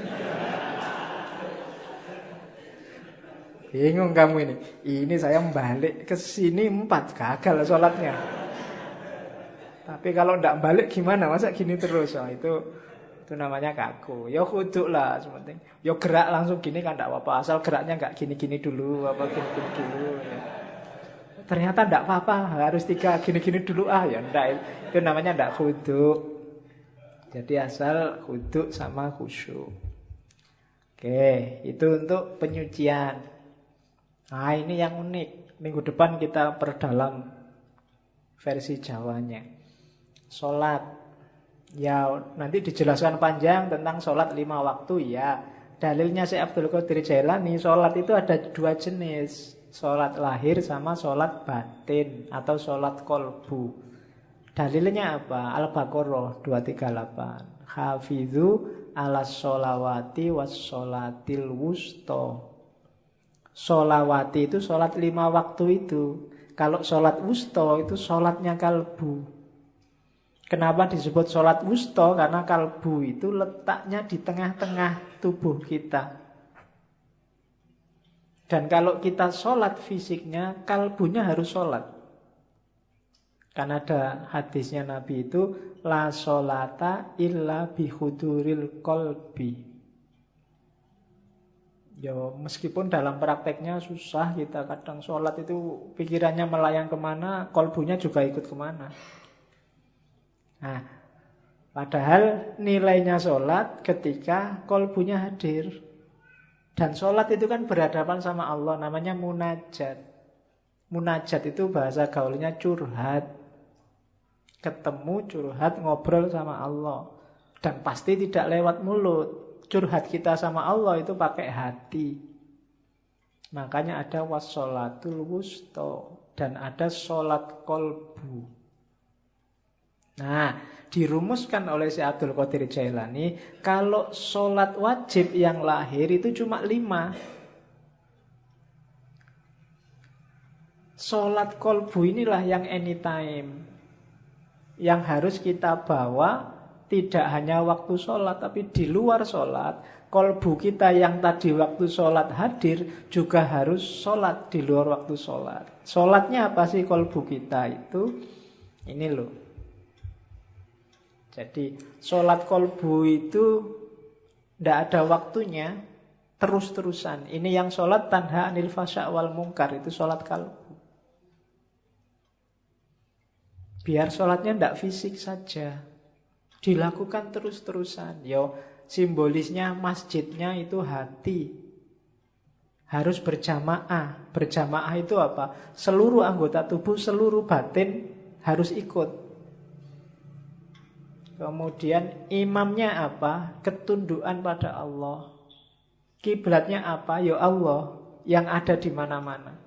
Bingung kamu ini. Ini saya balik ke sini 4, gagal sholatnya. Tapi kalau nggak balik gimana? Masa gini terus? Oh, itu namanya kaku. Ya khudu lah sepenting. Ya gerak langsung gini kan nggak apa-apa. Asal geraknya nggak gini-gini dulu, apa gini-gini dulu. Ya. Ternyata tidak apa-apa, harus 3 gini-gini dulu ya enggak. Itu namanya tidak khudu. Jadi asal khudu sama khusyuk. Oke, itu untuk penyucian. Nah ini yang unik. Minggu depan kita perdalam versi Jawanya. Sholat. Ya nanti dijelaskan panjang tentang sholat 5 waktu ya. Dalilnya Syekh Abdul Qadir Jailani, sholat itu ada 2 jenis. Sholat lahir sama sholat batin atau sholat kolbu. Dalilnya apa? Al-Baqarah 238. Hafidhu ala sholawati was sholatil wusta. Sholawati itu sholat 5 waktu itu. Kalau sholat wusta itu sholatnya kalbu. Kenapa disebut sholat wusta? Karena kalbu itu letaknya di tengah-tengah tubuh kita. Dan kalau kita sholat fisiknya, kalbunya harus sholat. Karena ada hadisnya Nabi itu, la sholata illa bihuduril kolbi. Ya meskipun dalam prakteknya susah, kita kadang sholat itu pikirannya melayang kemana, kolbunya juga ikut kemana. Nah, padahal nilainya sholat ketika kolbunya hadir. Dan sholat itu kan berhadapan sama Allah, namanya munajat. Munajat itu bahasa gaulnya curhat. Ketemu, curhat, ngobrol sama Allah. Dan pasti tidak lewat mulut. Curhat kita sama Allah itu pakai hati. Makanya ada wassolatul wusta. dan ada sholat kolbu. Nah, dirumuskan oleh Syekh Abdul Qadir Jailani, kalau sholat wajib yang lahir itu cuma 5. Sholat kolbu inilah yang anytime, yang harus kita bawa tidak hanya waktu sholat, tapi di luar sholat. Kolbu kita yang tadi waktu sholat hadir juga harus sholat di luar waktu sholat. Sholatnya apa sih kolbu kita itu? Ini loh. Jadi sholat kolbu itu tidak ada waktunya, terus-terusan. Ini yang sholat tanha anil fasya wal mungkar, itu sholat kalbu. Biar sholatnya tidak fisik saja, dilakukan terus-terusan. Yo, simbolisnya masjidnya itu hati. Harus berjamaah. Berjamaah itu apa? Seluruh anggota tubuh, seluruh batin harus ikut. Kemudian imamnya apa? Ketundukan pada Allah. Kiblatnya apa? Ya Allah yang ada di mana-mana.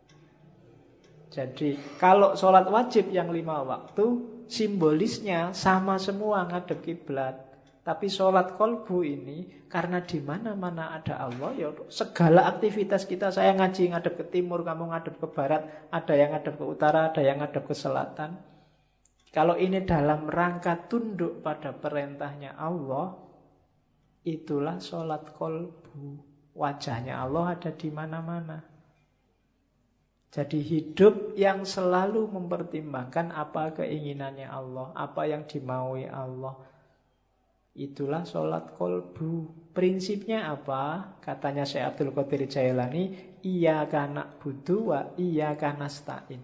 Jadi kalau sholat wajib yang 5 waktu, simbolisnya sama semua ngadep kiblat. Tapi sholat kolbu ini karena di mana-mana ada Allah, ya segala aktivitas kita, saya ngaji ngadep ke timur, kamu ngadep ke barat, ada yang ngadep ke utara, ada yang ngadep ke selatan. Kalau ini dalam rangka tunduk pada perintahnya Allah, itulah sholat kolbu. Wajahnya Allah ada di mana-mana. Jadi hidup yang selalu mempertimbangkan apa keinginannya Allah, apa yang dimaui Allah. Itulah sholat kolbu. Prinsipnya apa? Katanya Syekh Abdul Qadir Jailani, iyyaka na'budu wa iyyaka nasta'in.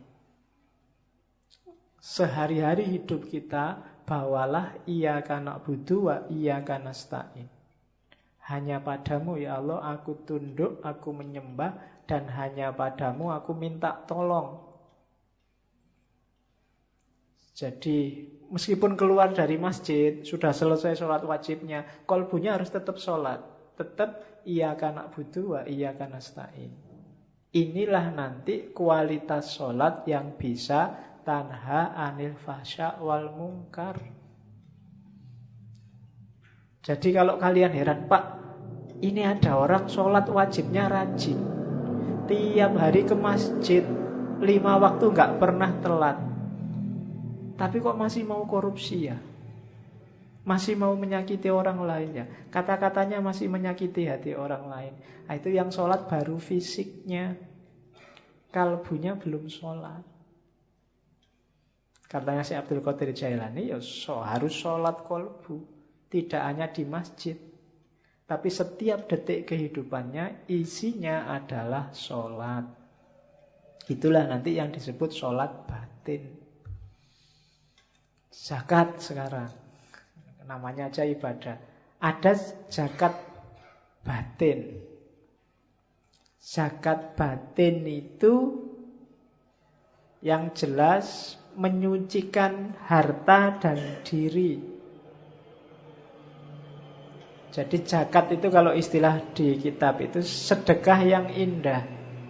Sehari-hari hidup kita bawalah iyyaka na'budu wa iyyaka nasta'in. Hanya padamu ya Allah aku tunduk, aku menyembah, dan hanya padamu aku minta tolong. Jadi meskipun keluar dari masjid, sudah selesai sholat wajibnya, kolbunya harus tetap sholat. Tetap iyyaka na'budu wa iyyaka nasta'in. Inilah nanti kualitas sholat yang bisa tanha anil fahsya wal mungkar. Jadi kalau kalian heran, Pak, ini ada orang sholat wajibnya rajin, tiap hari ke masjid, 5 waktu gak pernah telat, tapi kok masih mau korupsi ya? Masih mau menyakiti orang lain ya? Kata-katanya masih menyakiti hati orang lain. Nah, itu yang sholat baru fisiknya, kalbunya belum sholat. Katanya si Abdul Qadir Jailani, ya harus sholat kolbu. Tidak hanya di masjid, tapi setiap detik kehidupannya isinya adalah sholat. Itulah nanti yang disebut sholat batin. Zakat sekarang, namanya aja ibadah. Ada zakat batin. Zakat batin itu yang jelas menyucikan harta dan diri. Jadi zakat itu kalau istilah di kitab itu sedekah yang indah.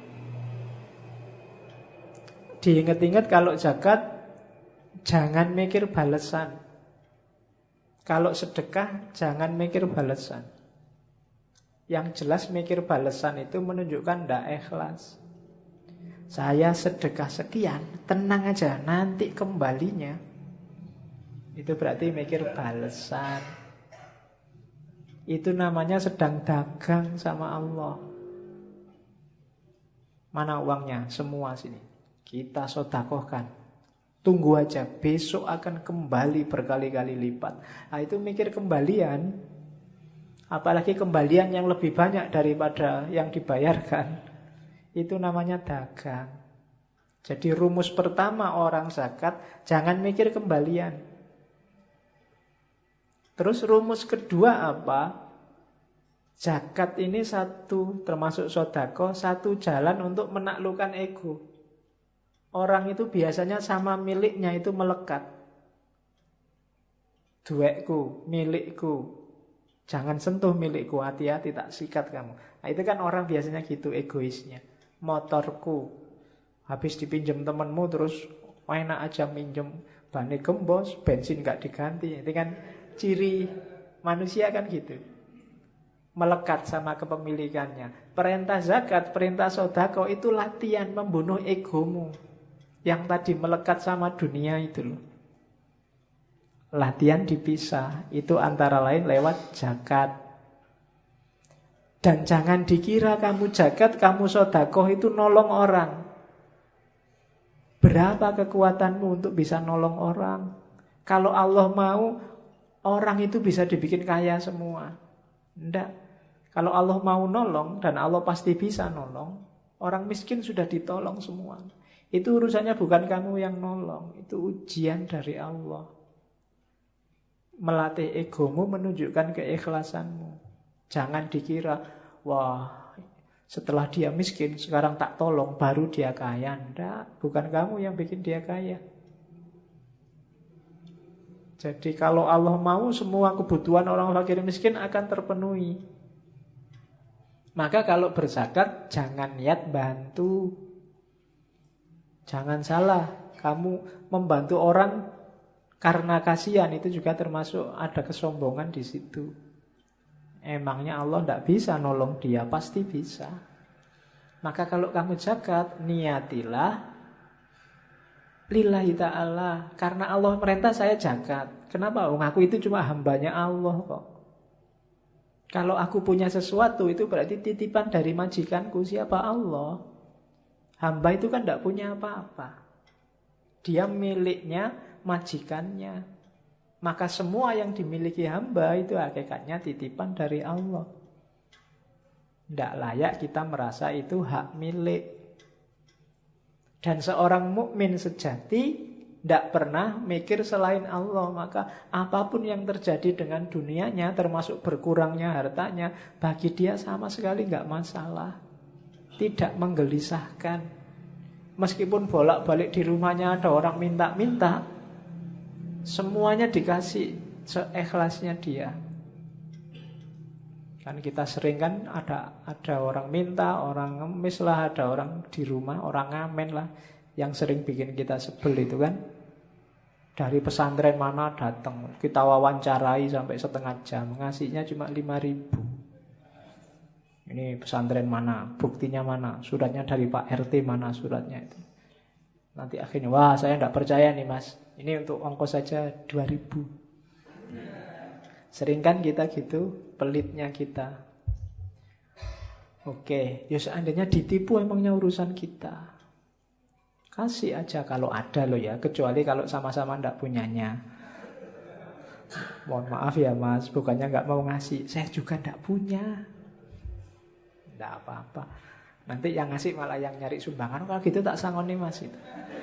Diingat-ingat kalau zakat jangan mikir balasan. Kalau sedekah jangan mikir balasan. Yang jelas mikir balasan itu menunjukkan tidak ikhlas. Saya sedekah sekian, tenang aja, nanti kembalinya. Itu berarti mikir balasan. Itu namanya sedang dagang sama Allah. Mana uangnya? Semua sini. Kita sedekahkan. Tunggu aja, besok akan kembali berkali-kali lipat. Nah, itu mikir kembalian. Apalagi kembalian yang lebih banyak daripada yang dibayarkan. Itu namanya dagang. Jadi rumus pertama orang zakat, jangan mikir kembalian. Terus rumus kedua apa? Zakat ini satu, termasuk sedekah, satu jalan untuk menaklukkan ego. Orang itu biasanya sama miliknya itu melekat. Duekku, milikku. Jangan sentuh milikku, hati-hati tak sikat kamu. Nah, itu kan orang biasanya gitu egoisnya. Motorku, Habis dipinjam temenmu terus enak aja minjem, bannya gembos, bensin gak diganti. Itu kan ciri manusia kan gitu. Melekat sama kepemilikannya. Perintah zakat, perintah sedekah itu latihan membunuh egomu. Yang tadi melekat sama dunia itu loh. Latihan dipisah. Itu antara lain lewat zakat. Dan jangan dikira kamu zakat, kamu sedekah itu nolong orang. Berapa kekuatanmu untuk bisa nolong orang? Kalau Allah mau, orang itu bisa dibikin kaya semua. Enggak. Kalau Allah mau nolong, dan Allah pasti bisa nolong, orang miskin sudah ditolong semua. Itu urusannya bukan kamu yang nolong. Itu ujian dari Allah. Melatih egomu menunjukkan keikhlasanmu. Jangan dikira, wah, setelah dia miskin, sekarang tak tolong, baru dia kaya. Enggak, bukan kamu yang bikin dia kaya. Jadi kalau Allah mau, semua kebutuhan orang fakir miskin akan terpenuhi. Maka kalau berzakat, jangan niat bantu. Jangan salah, kamu membantu orang karena kasihan, itu juga termasuk ada kesombongan di situ. Emangnya Allah tidak bisa nolong dia? Pasti bisa. Maka kalau kamu zakat, niatilah lillahi ta'ala. Karena Allah merintah saya zakat. Kenapa? Aku itu cuma hambanya Allah kok. Kalau aku punya sesuatu, itu berarti titipan dari majikanku. Siapa? Allah. Hamba itu kan tidak punya apa-apa. Dia miliknya majikannya. Maka semua yang dimiliki hamba itu hakikatnya titipan dari Allah. Tidak layak kita merasa itu hak milik. Dan seorang mukmin sejati tidak pernah mikir selain Allah. Maka apapun yang terjadi dengan dunianya, termasuk berkurangnya hartanya, bagi dia sama sekali nggak masalah. Tidak menggelisahkan. Meskipun bolak-balik di rumahnya ada orang minta-minta, semuanya dikasih seikhlasnya dia. Kan kita sering kan ada orang minta, orang ngemis lah, ada orang di rumah, orang ngamen lah, yang sering bikin kita sebel itu kan. Dari pesantren mana datang, kita wawancarai sampai setengah jam, ngasihnya cuma 5.000. Ini pesantren mana, buktinya mana, suratnya dari Pak RT mana suratnya itu. Nanti akhirnya, wah saya tidak percaya nih mas, ini untuk ongkos saja 2.000. Sering kan kita gitu, pelitnya kita. Oke, ya seandainya ditipu emangnya urusan kita. Kasih aja kalau ada loh ya, kecuali kalau sama-sama tidak punyanya. Mohon maaf ya mas, bukannya nggak mau ngasih, saya juga tidak punya. Tidak apa-apa. Nanti yang ngasih malah yang nyari sumbangan. Kalau gitu tak sangoni mas itu.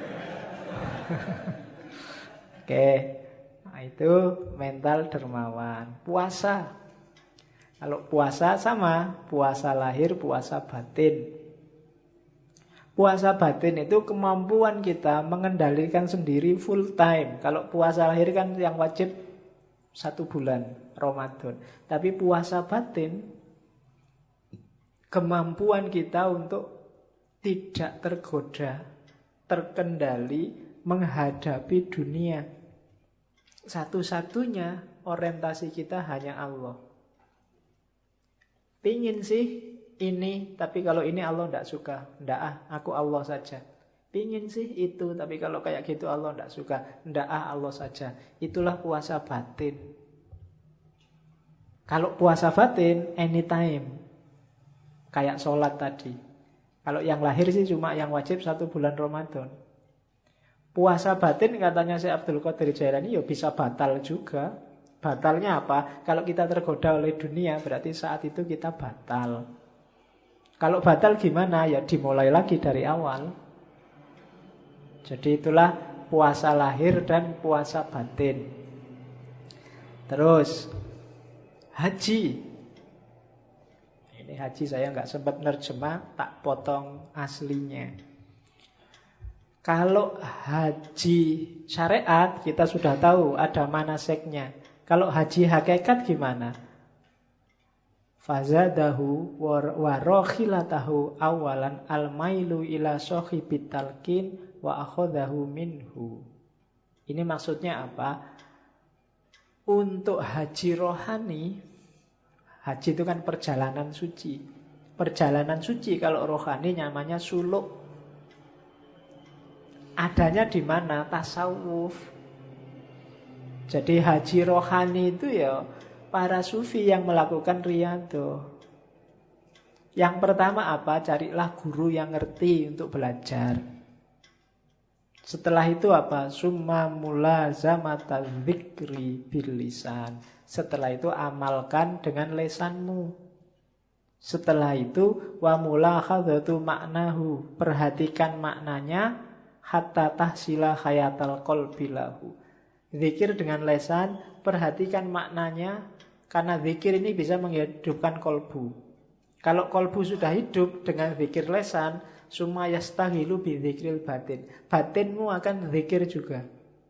Oke, nah itu mental dermawan. Puasa. Kalau puasa sama, puasa lahir, puasa batin. Puasa batin itu kemampuan kita mengendalikan sendiri full time. Kalau puasa lahir kan yang wajib 1 bulan Ramadan. Tapi puasa batin, kemampuan kita untuk tidak tergoda, terkendali, menghadapi dunia. Satu-satunya orientasi kita hanya Allah. Pingin sih ini, tapi kalau ini Allah tidak suka. Tidak aku Allah saja. Pingin sih itu, tapi kalau kayak gitu Allah tidak suka. Tidak Allah saja. Itulah puasa batin. Kalau puasa batin, anytime. Kayak sholat tadi. Kalau yang lahir sih cuma yang wajib 1 bulan Ramadan. Puasa batin katanya Syekh Abdul Qadir Jailani ya bisa batal juga. Batalnya apa? Kalau kita tergoda oleh dunia, berarti saat itu kita batal. Kalau batal gimana? Ya dimulai lagi dari awal. Jadi itulah puasa lahir dan puasa batin. Terus haji. Ini haji saya nggak sempat nerjemah, tak potong aslinya. Kalau haji syariat kita sudah tahu ada manasiknya. Kalau haji hakikat gimana? Fazadahu wa rokhilatahu awalan al-mailu ila sohibit talqin wa akhodahu minhu. Ini maksudnya apa? Untuk haji rohani, haji itu kan perjalanan suci. Perjalanan suci kalau rohani namanya suluk. Adanya di mana? Tasawuf. Jadi haji rohani itu ya para sufi yang melakukan riyadhah. Yang pertama apa? Carilah guru yang ngerti untuk belajar. Setelah itu apa? Summa mulazamatal dzikri bil lisan. Setelah itu amalkan dengan lesanmu. Setelah itu wa mulakhadzatu maknahu. Perhatikan maknanya hatta tahsila hayatal qalbi lahu. Zikir dengan lesan, perhatikan maknanya, karena zikir ini bisa menghidupkan kolbu. Kalau kolbu sudah hidup dengan zikir lesan, summa yastahilu bi dzikril batin. Batinmu akan zikir juga.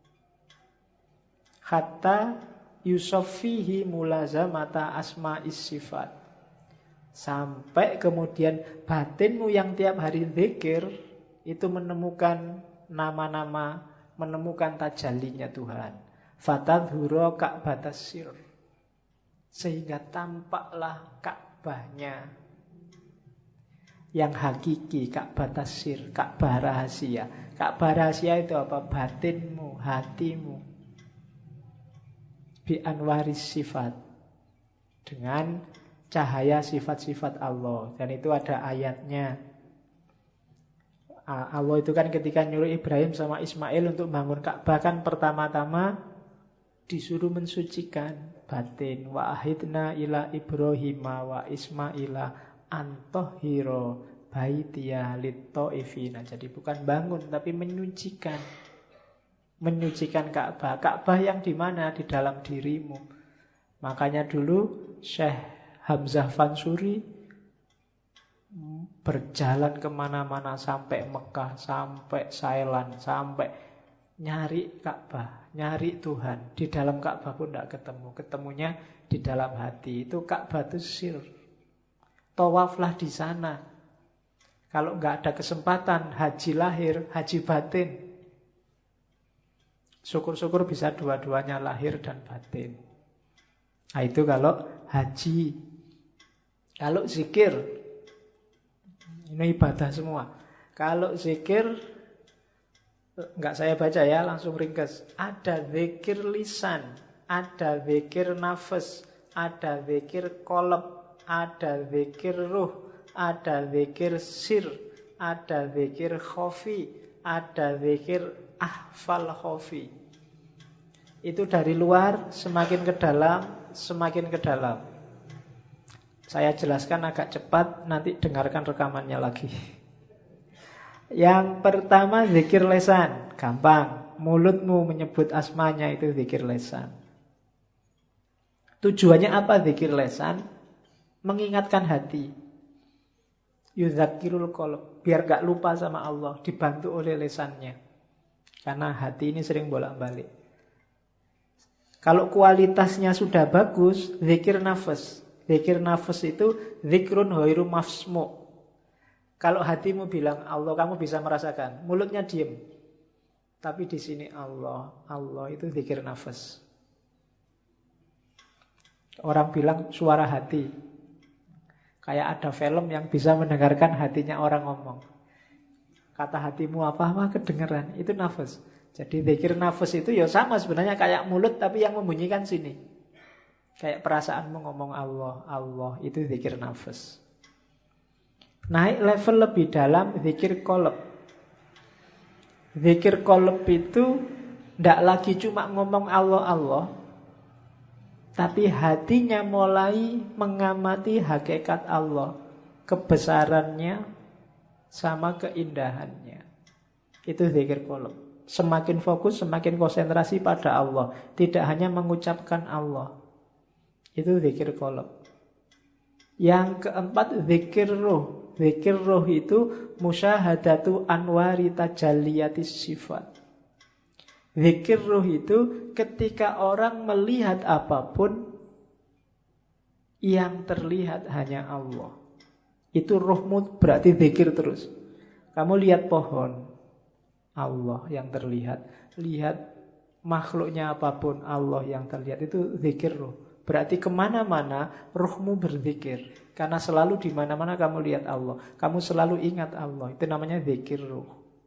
Hatta yusaffihi mulazamata asma'is sifat. Sampai kemudian batinmu yang tiap hari zikir itu menemukan nama-nama, menemukan tajallinya Tuhan. Fatadhura ka'batas sir. Sehingga tampaklah Ka'bahnya yang hakiki, Ka'batas sir, Ka'bah rahasia. Ka'bah rahasia itu apa? Batinmu, hatimu. Bi anwaris sifat. Dengan cahaya sifat-sifat Allah. Dan itu ada ayatnya. Allah itu kan ketika nyuruh Ibrahim sama Ismail untuk bangun Ka'bah kan pertama-tama disuruh mensucikan batin. Wa ahidna ila Ibrahima wa Ismaila antahhira baitiya lit-taifina. Jadi bukan bangun tapi menyucikan. Menyucikan Ka'bah. Ka'bah yang di mana? Di dalam dirimu. Makanya dulu Syekh Hamzah Fansuri berjalan kemana-mana sampai Mekah, sampai Thailand, sampai nyari Ka'bah, nyari Tuhan. Di dalam Ka'bah pun tidak ketemu. Ketemunya di dalam hati. Itu Ka'bah itu sir. Tawaflah di sana. Kalau nggak ada kesempatan haji lahir, haji batin. Syukur-syukur bisa dua-duanya lahir dan batin. Nah itu kalau haji. Kalau zikir, ini ibadah semua. Kalau zikir, enggak saya baca ya, langsung ringkas. Ada zikir lisan, ada zikir nafas, ada zikir qalb, ada zikir ruh, ada zikir sir, ada zikir khafi, ada zikir ahfal khafi. Itu dari luar semakin ke dalam, semakin ke dalam. Saya jelaskan agak cepat, nanti dengarkan rekamannya lagi. Yang pertama zikir lesan, gampang. Mulutmu menyebut asmanya itu zikir lesan. Tujuannya apa zikir lesan? Mengingatkan hati. Yudzakirul qalb, biar gak lupa sama Allah, dibantu oleh lesannya. Karena hati ini sering bolak-balik. Kalau kualitasnya sudah bagus, zikir nafas. Zikir nafas itu zikrun ghairu mafsmu. Kalau hatimu bilang Allah, kamu bisa merasakan. Mulutnya diem. Tapi di sini Allah, Allah itu zikir nafas. Orang bilang suara hati. Kayak ada film yang bisa mendengarkan hatinya orang ngomong. Kata hatimu apa? Wah kedengeran. Itu nafas. Jadi zikir nafas itu ya sama sebenarnya kayak mulut tapi yang membunyikan sini. Kayak perasaanmu ngomong Allah, Allah itu zikir nafas. Naik level lebih dalam zikir qalb. Zikir qalb itu tidak lagi cuma ngomong Allah, Allah. Tapi hatinya mulai mengamati hakikat Allah. Kebesarannya sama keindahannya. Itu zikir qalb. Semakin fokus, semakin konsentrasi pada Allah. Tidak hanya mengucapkan Allah. Itu zikir qalb. Yang keempat zikir ruh. Zikir ruh itu musyahadatu anwari tajalliyatis sifat. Zikir ruh itu ketika orang melihat apapun Yang terlihat hanya Allah. Itu rohmu berarti zikir terus. Kamu lihat pohon, Allah yang terlihat. Lihat makhluknya apapun, Allah yang terlihat. Itu zikir roh. Berarti kemana-mana rohmu berzikir. Karena selalu di mana-mana kamu lihat Allah. Kamu selalu ingat Allah. Itu namanya zikir roh.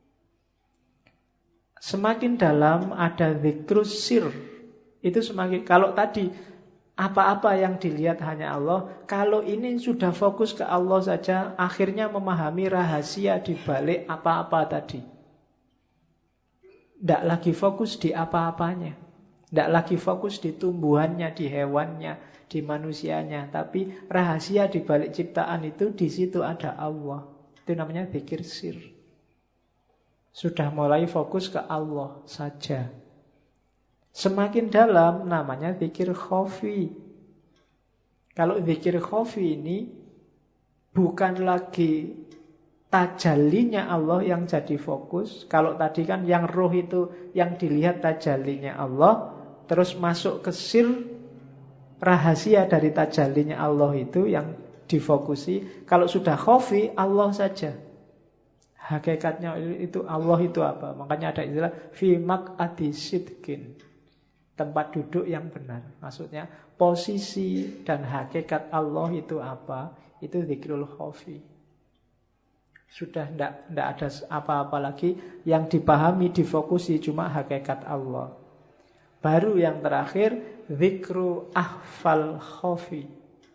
Semakin dalam ada zikrus sir. Itu semakin, kalau tadi apa-apa yang dilihat hanya Allah, kalau ini sudah fokus ke Allah saja, akhirnya memahami rahasia di balik apa-apa tadi. Tidak lagi fokus di apa-apanya, tidak lagi fokus di tumbuhannya, di hewannya, di manusianya, tapi rahasia di balik ciptaan itu, di situ ada Allah. Itu namanya zikir sir. Sudah mulai fokus ke Allah saja. Semakin dalam namanya zikir khafi. Kalau zikir khafi ini bukan lagi tajallinya Allah yang jadi fokus. Kalau tadi kan yang roh itu yang dilihat tajallinya Allah, terus masuk ke sir, rahasia dari tajallinya Allah itu yang difokusi. Kalau sudah khafi, Allah saja. Hakikatnya itu Allah itu apa? Makanya ada istilah fi maq'adi sidqin. Tempat duduk yang benar. Maksudnya posisi dan hakikat Allah itu apa? Itu zikrul khafi. Sudah tidak ada apa-apa lagi yang dipahami, difokusi, cuma hakikat Allah. Baru yang terakhir zikru ahfal khafi.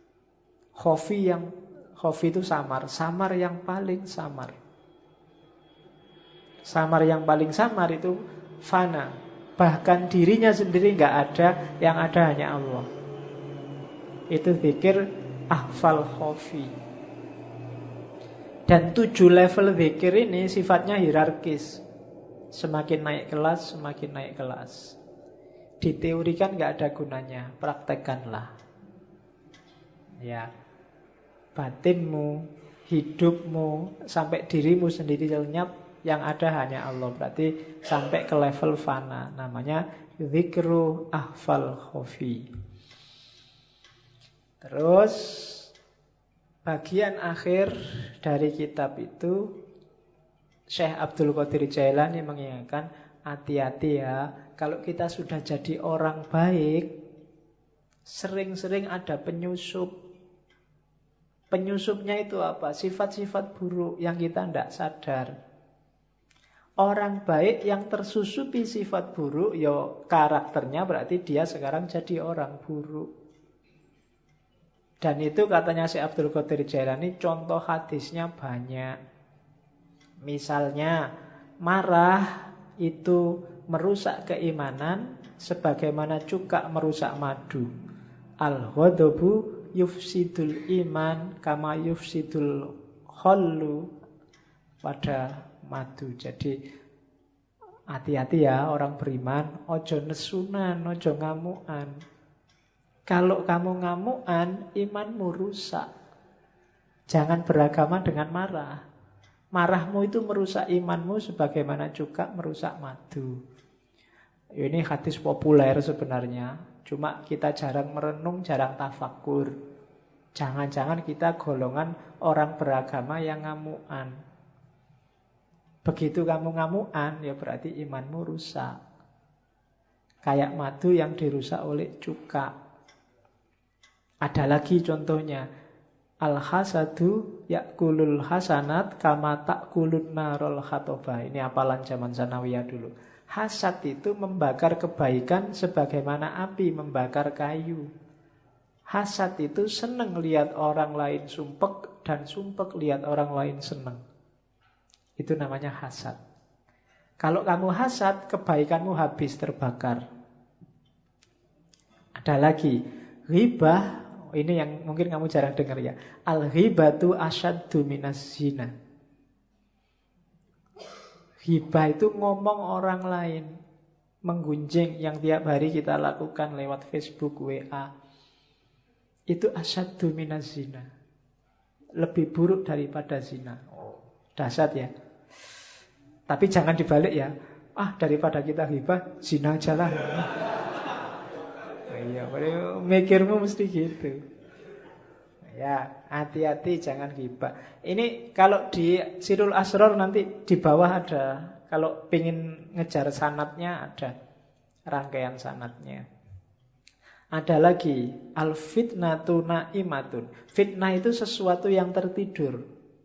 Khafi itu samar. Samar yang paling samar. Samar yang paling samar itu fana. Bahkan dirinya sendiri nggak ada, yang ada hanya Allah. Itu zikir ahfal khafi. Dan 7 level zikir ini sifatnya hierarkis. Semakin naik kelas, semakin naik kelas. Diteorikan nggak ada gunanya, praktekkanlah. Ya, batinmu, hidupmu, sampai dirimu sendiri lenyap, yang ada hanya Allah. Berarti sampai ke level fana. Namanya zikru ahfal khafi. Terus bagian akhir dari kitab itu Syekh Abdul Qadir Jailani mengingatkan, hati-hati ya, kalau kita sudah jadi orang baik, sering-sering ada penyusup. Penyusupnya itu apa? Sifat-sifat buruk yang kita tidak sadar. Orang baik yang tersusupi sifat buruk, ya karakternya berarti dia sekarang jadi orang buruk. Dan itu katanya Syekh Abdul Qadir Jailani, contoh hadisnya banyak. Misalnya, marah itu merusak keimanan sebagaimana cuka merusak madu. Al-ghadabu yufsidul iman kama yufsidul khallu pada madu. Jadi hati-hati ya orang beriman, ojo nesunan, ojo ngamuan. Kalau kamu ngamuan, imanmu rusak. Jangan beragama dengan marah. Marahmu itu merusak imanmu sebagaimana juga merusak madu. Ini hadis populer sebenarnya. Cuma kita jarang merenung, jarang tafakur. Jangan-jangan kita golongan orang beragama yang ngamuan. Begitu kamu ngamuan, ya berarti imanmu rusak. Kayak madu yang dirusak oleh cuka. Ada lagi contohnya. Al-hasadu yakulul hasanat kama takulun narol khatobah. Ini hafalan zaman sanawiyah dulu. Hasad itu membakar kebaikan sebagaimana api membakar kayu. Hasad itu senang lihat orang lain sumpek dan sumpek lihat orang lain senang. Itu namanya hasad. Kalau kamu hasad, kebaikanmu habis terbakar. Ada lagi, ghibah. Ini yang mungkin kamu jarang dengar ya. Al-ghibatu asyaddu minas zina. Ghibah itu ngomong orang lain, menggunjing yang tiap hari kita lakukan lewat Facebook, WA. Itu asyaddu minas zina. Lebih buruk daripada zina. Dahsyat ya. Tapi jangan dibalik ya. Daripada kita ghibah, zina aja lah. Iya, mikirmu mesti gitu. Ya, hati-hati jangan ghibah. Ini kalau di Sirul Asror nanti di bawah ada. Kalau pingin ngejar sanatnya ada rangkaian sanatnya. Ada lagi, al-fitnatu na'imatun. Fitnah itu sesuatu yang tertidur.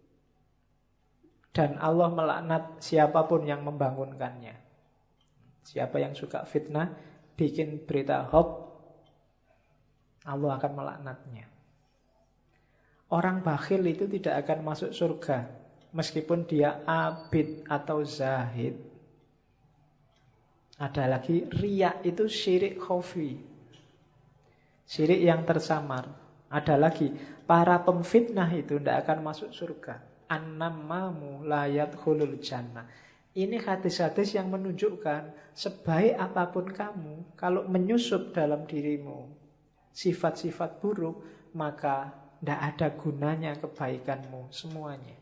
Dan Allah melaknat siapapun yang membangunkannya. Siapa yang suka fitnah, bikin berita hoax, Allah akan melaknatnya. Orang bakhil itu tidak akan masuk surga, meskipun dia abid atau zahid. Ada lagi, riya itu syirik khafi, syirik yang tersamar. Ada lagi, para pemfitnah itu tidak akan masuk surga. An-nammamu la yadkhulul jannah. Ini hadis-hadis yang menunjukkan sebaik apapun kamu, kalau menyusup dalam dirimu sifat-sifat buruk, maka tidak ada gunanya kebaikanmu semuanya.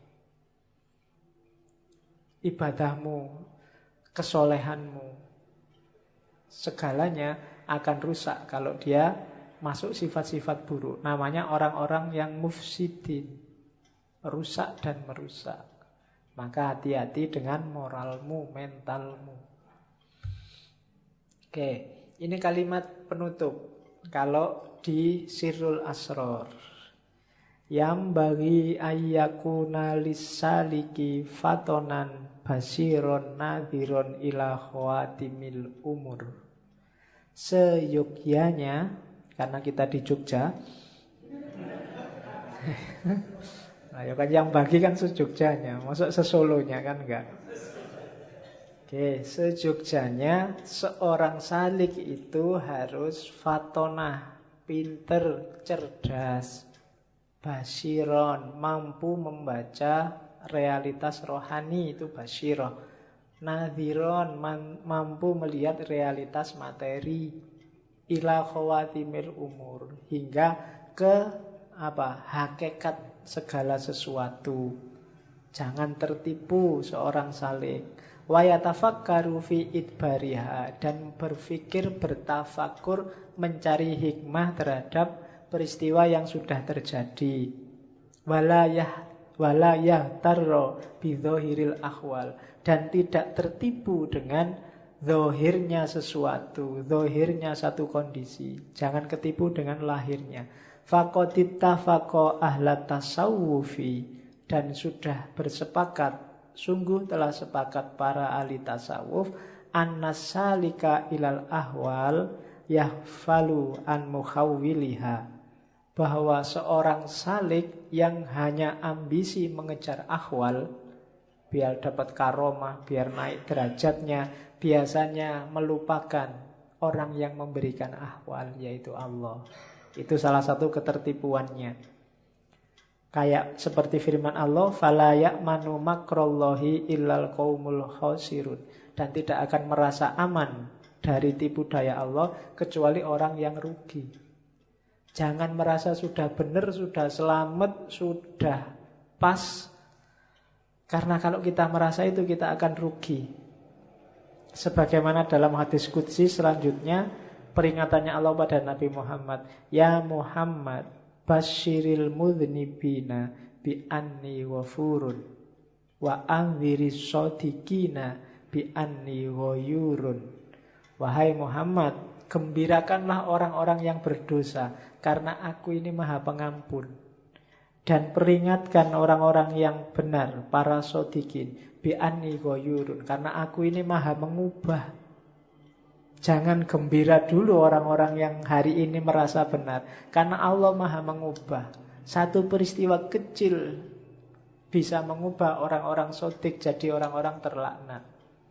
Ibadahmu, kesolehanmu, segalanya akan rusak kalau dia masuk sifat-sifat buruk. Namanya orang-orang yang mufsidin, rusak dan merusak. Maka hati-hati dengan moralmu, mentalmu. Oke, ini kalimat penutup. Kalau di Sirrul Asror, yang bagi ayyakuna lisaliki fatonan basiron nadhiron ila khawatimil umur. Seyogyanya, karena kita di Jogja, nah, ya kan yang bagi kan sejogjanya, masuk sesolonya kan enggak. Oke, sejogjanya seorang salik itu harus fatonah, pinter, cerdas, basiron, mampu membaca realitas rohani, itu basiroh. Nadhiron, mampu melihat realitas materi. Ila khawatimil umur, hingga ke hakikat segala sesuatu. Jangan tertipu seorang salik. Wa yatafakkaru fi idbariha, dan berfikir, bertafakur, mencari hikmah terhadap peristiwa yang sudah terjadi. Wala yahtarra bidzohiril ahwal, dan tidak tertipu dengan zohirnya sesuatu, zohirnya satu kondisi. Jangan ketipu dengan lahirnya. Faqadittafaqa ahlat tasawufi, dan sudah bersepakat, sungguh telah sepakat para ahli tasawuf, annasalika ilal ahwal yahfalu an mukhawwiliha, bahwa seorang salik yang hanya ambisi mengejar ahwal, biar dapat karomah, biar naik derajatnya, biasanya melupakan orang yang memberikan ahwal, yaitu Allah. Itu salah satu ketertipuannya. Kayak seperti firman Allah, fala ya'manu makrallahi illal qaumul khasirun, dan tidak akan merasa aman dari tipu daya Allah kecuali orang yang rugi. Jangan merasa sudah benar, sudah selamat, sudah pas, karena kalau kita merasa itu kita akan rugi. Sebagaimana dalam hadis qudsi selanjutnya, peringatannya Allah pada Nabi Muhammad, ya Muhammad, basyiril mudhnibina bi anni wafurun wa anziris shadiqina bi anni ghayurun. Wahai Muhammad, gembirakanlah orang-orang yang berdosa, karena aku ini maha pengampun. Dan peringatkan orang-orang yang benar, para shadiqin, bi anni ghayurun, karena aku ini maha mengubah. Jangan gembira dulu orang-orang yang hari ini merasa benar, karena Allah maha mengubah. Satu peristiwa kecil bisa mengubah orang-orang sodik jadi orang-orang terlaknat.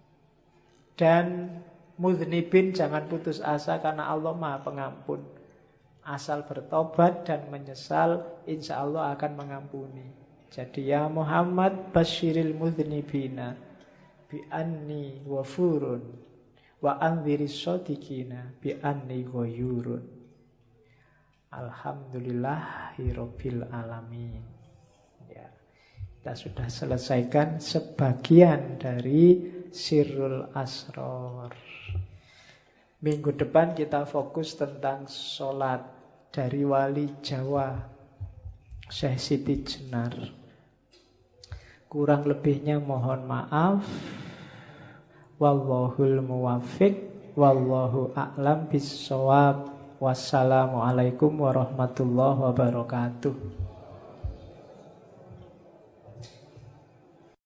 Dan mudhnibin, jangan putus asa, karena Allah maha pengampun. Asal bertobat dan menyesal, insya Allah akan mengampuni. Jadi ya Muhammad, basyiril mudhnibina bi anni wafurun wa anziris shadiqina bi anni ghayurun. Alhamdulillahirabbil alamin. Ya. Kita sudah selesaikan sebagian dari Sirrul Asror. Minggu depan kita fokus tentang sholat dari wali Jawa. Syekh Siti Jenar. Kurang lebihnya mohon maaf. Wallahul muwaffiq, wallahu a'lam bissawab. Wassalamualaikum warahmatullahi wabarakatuh.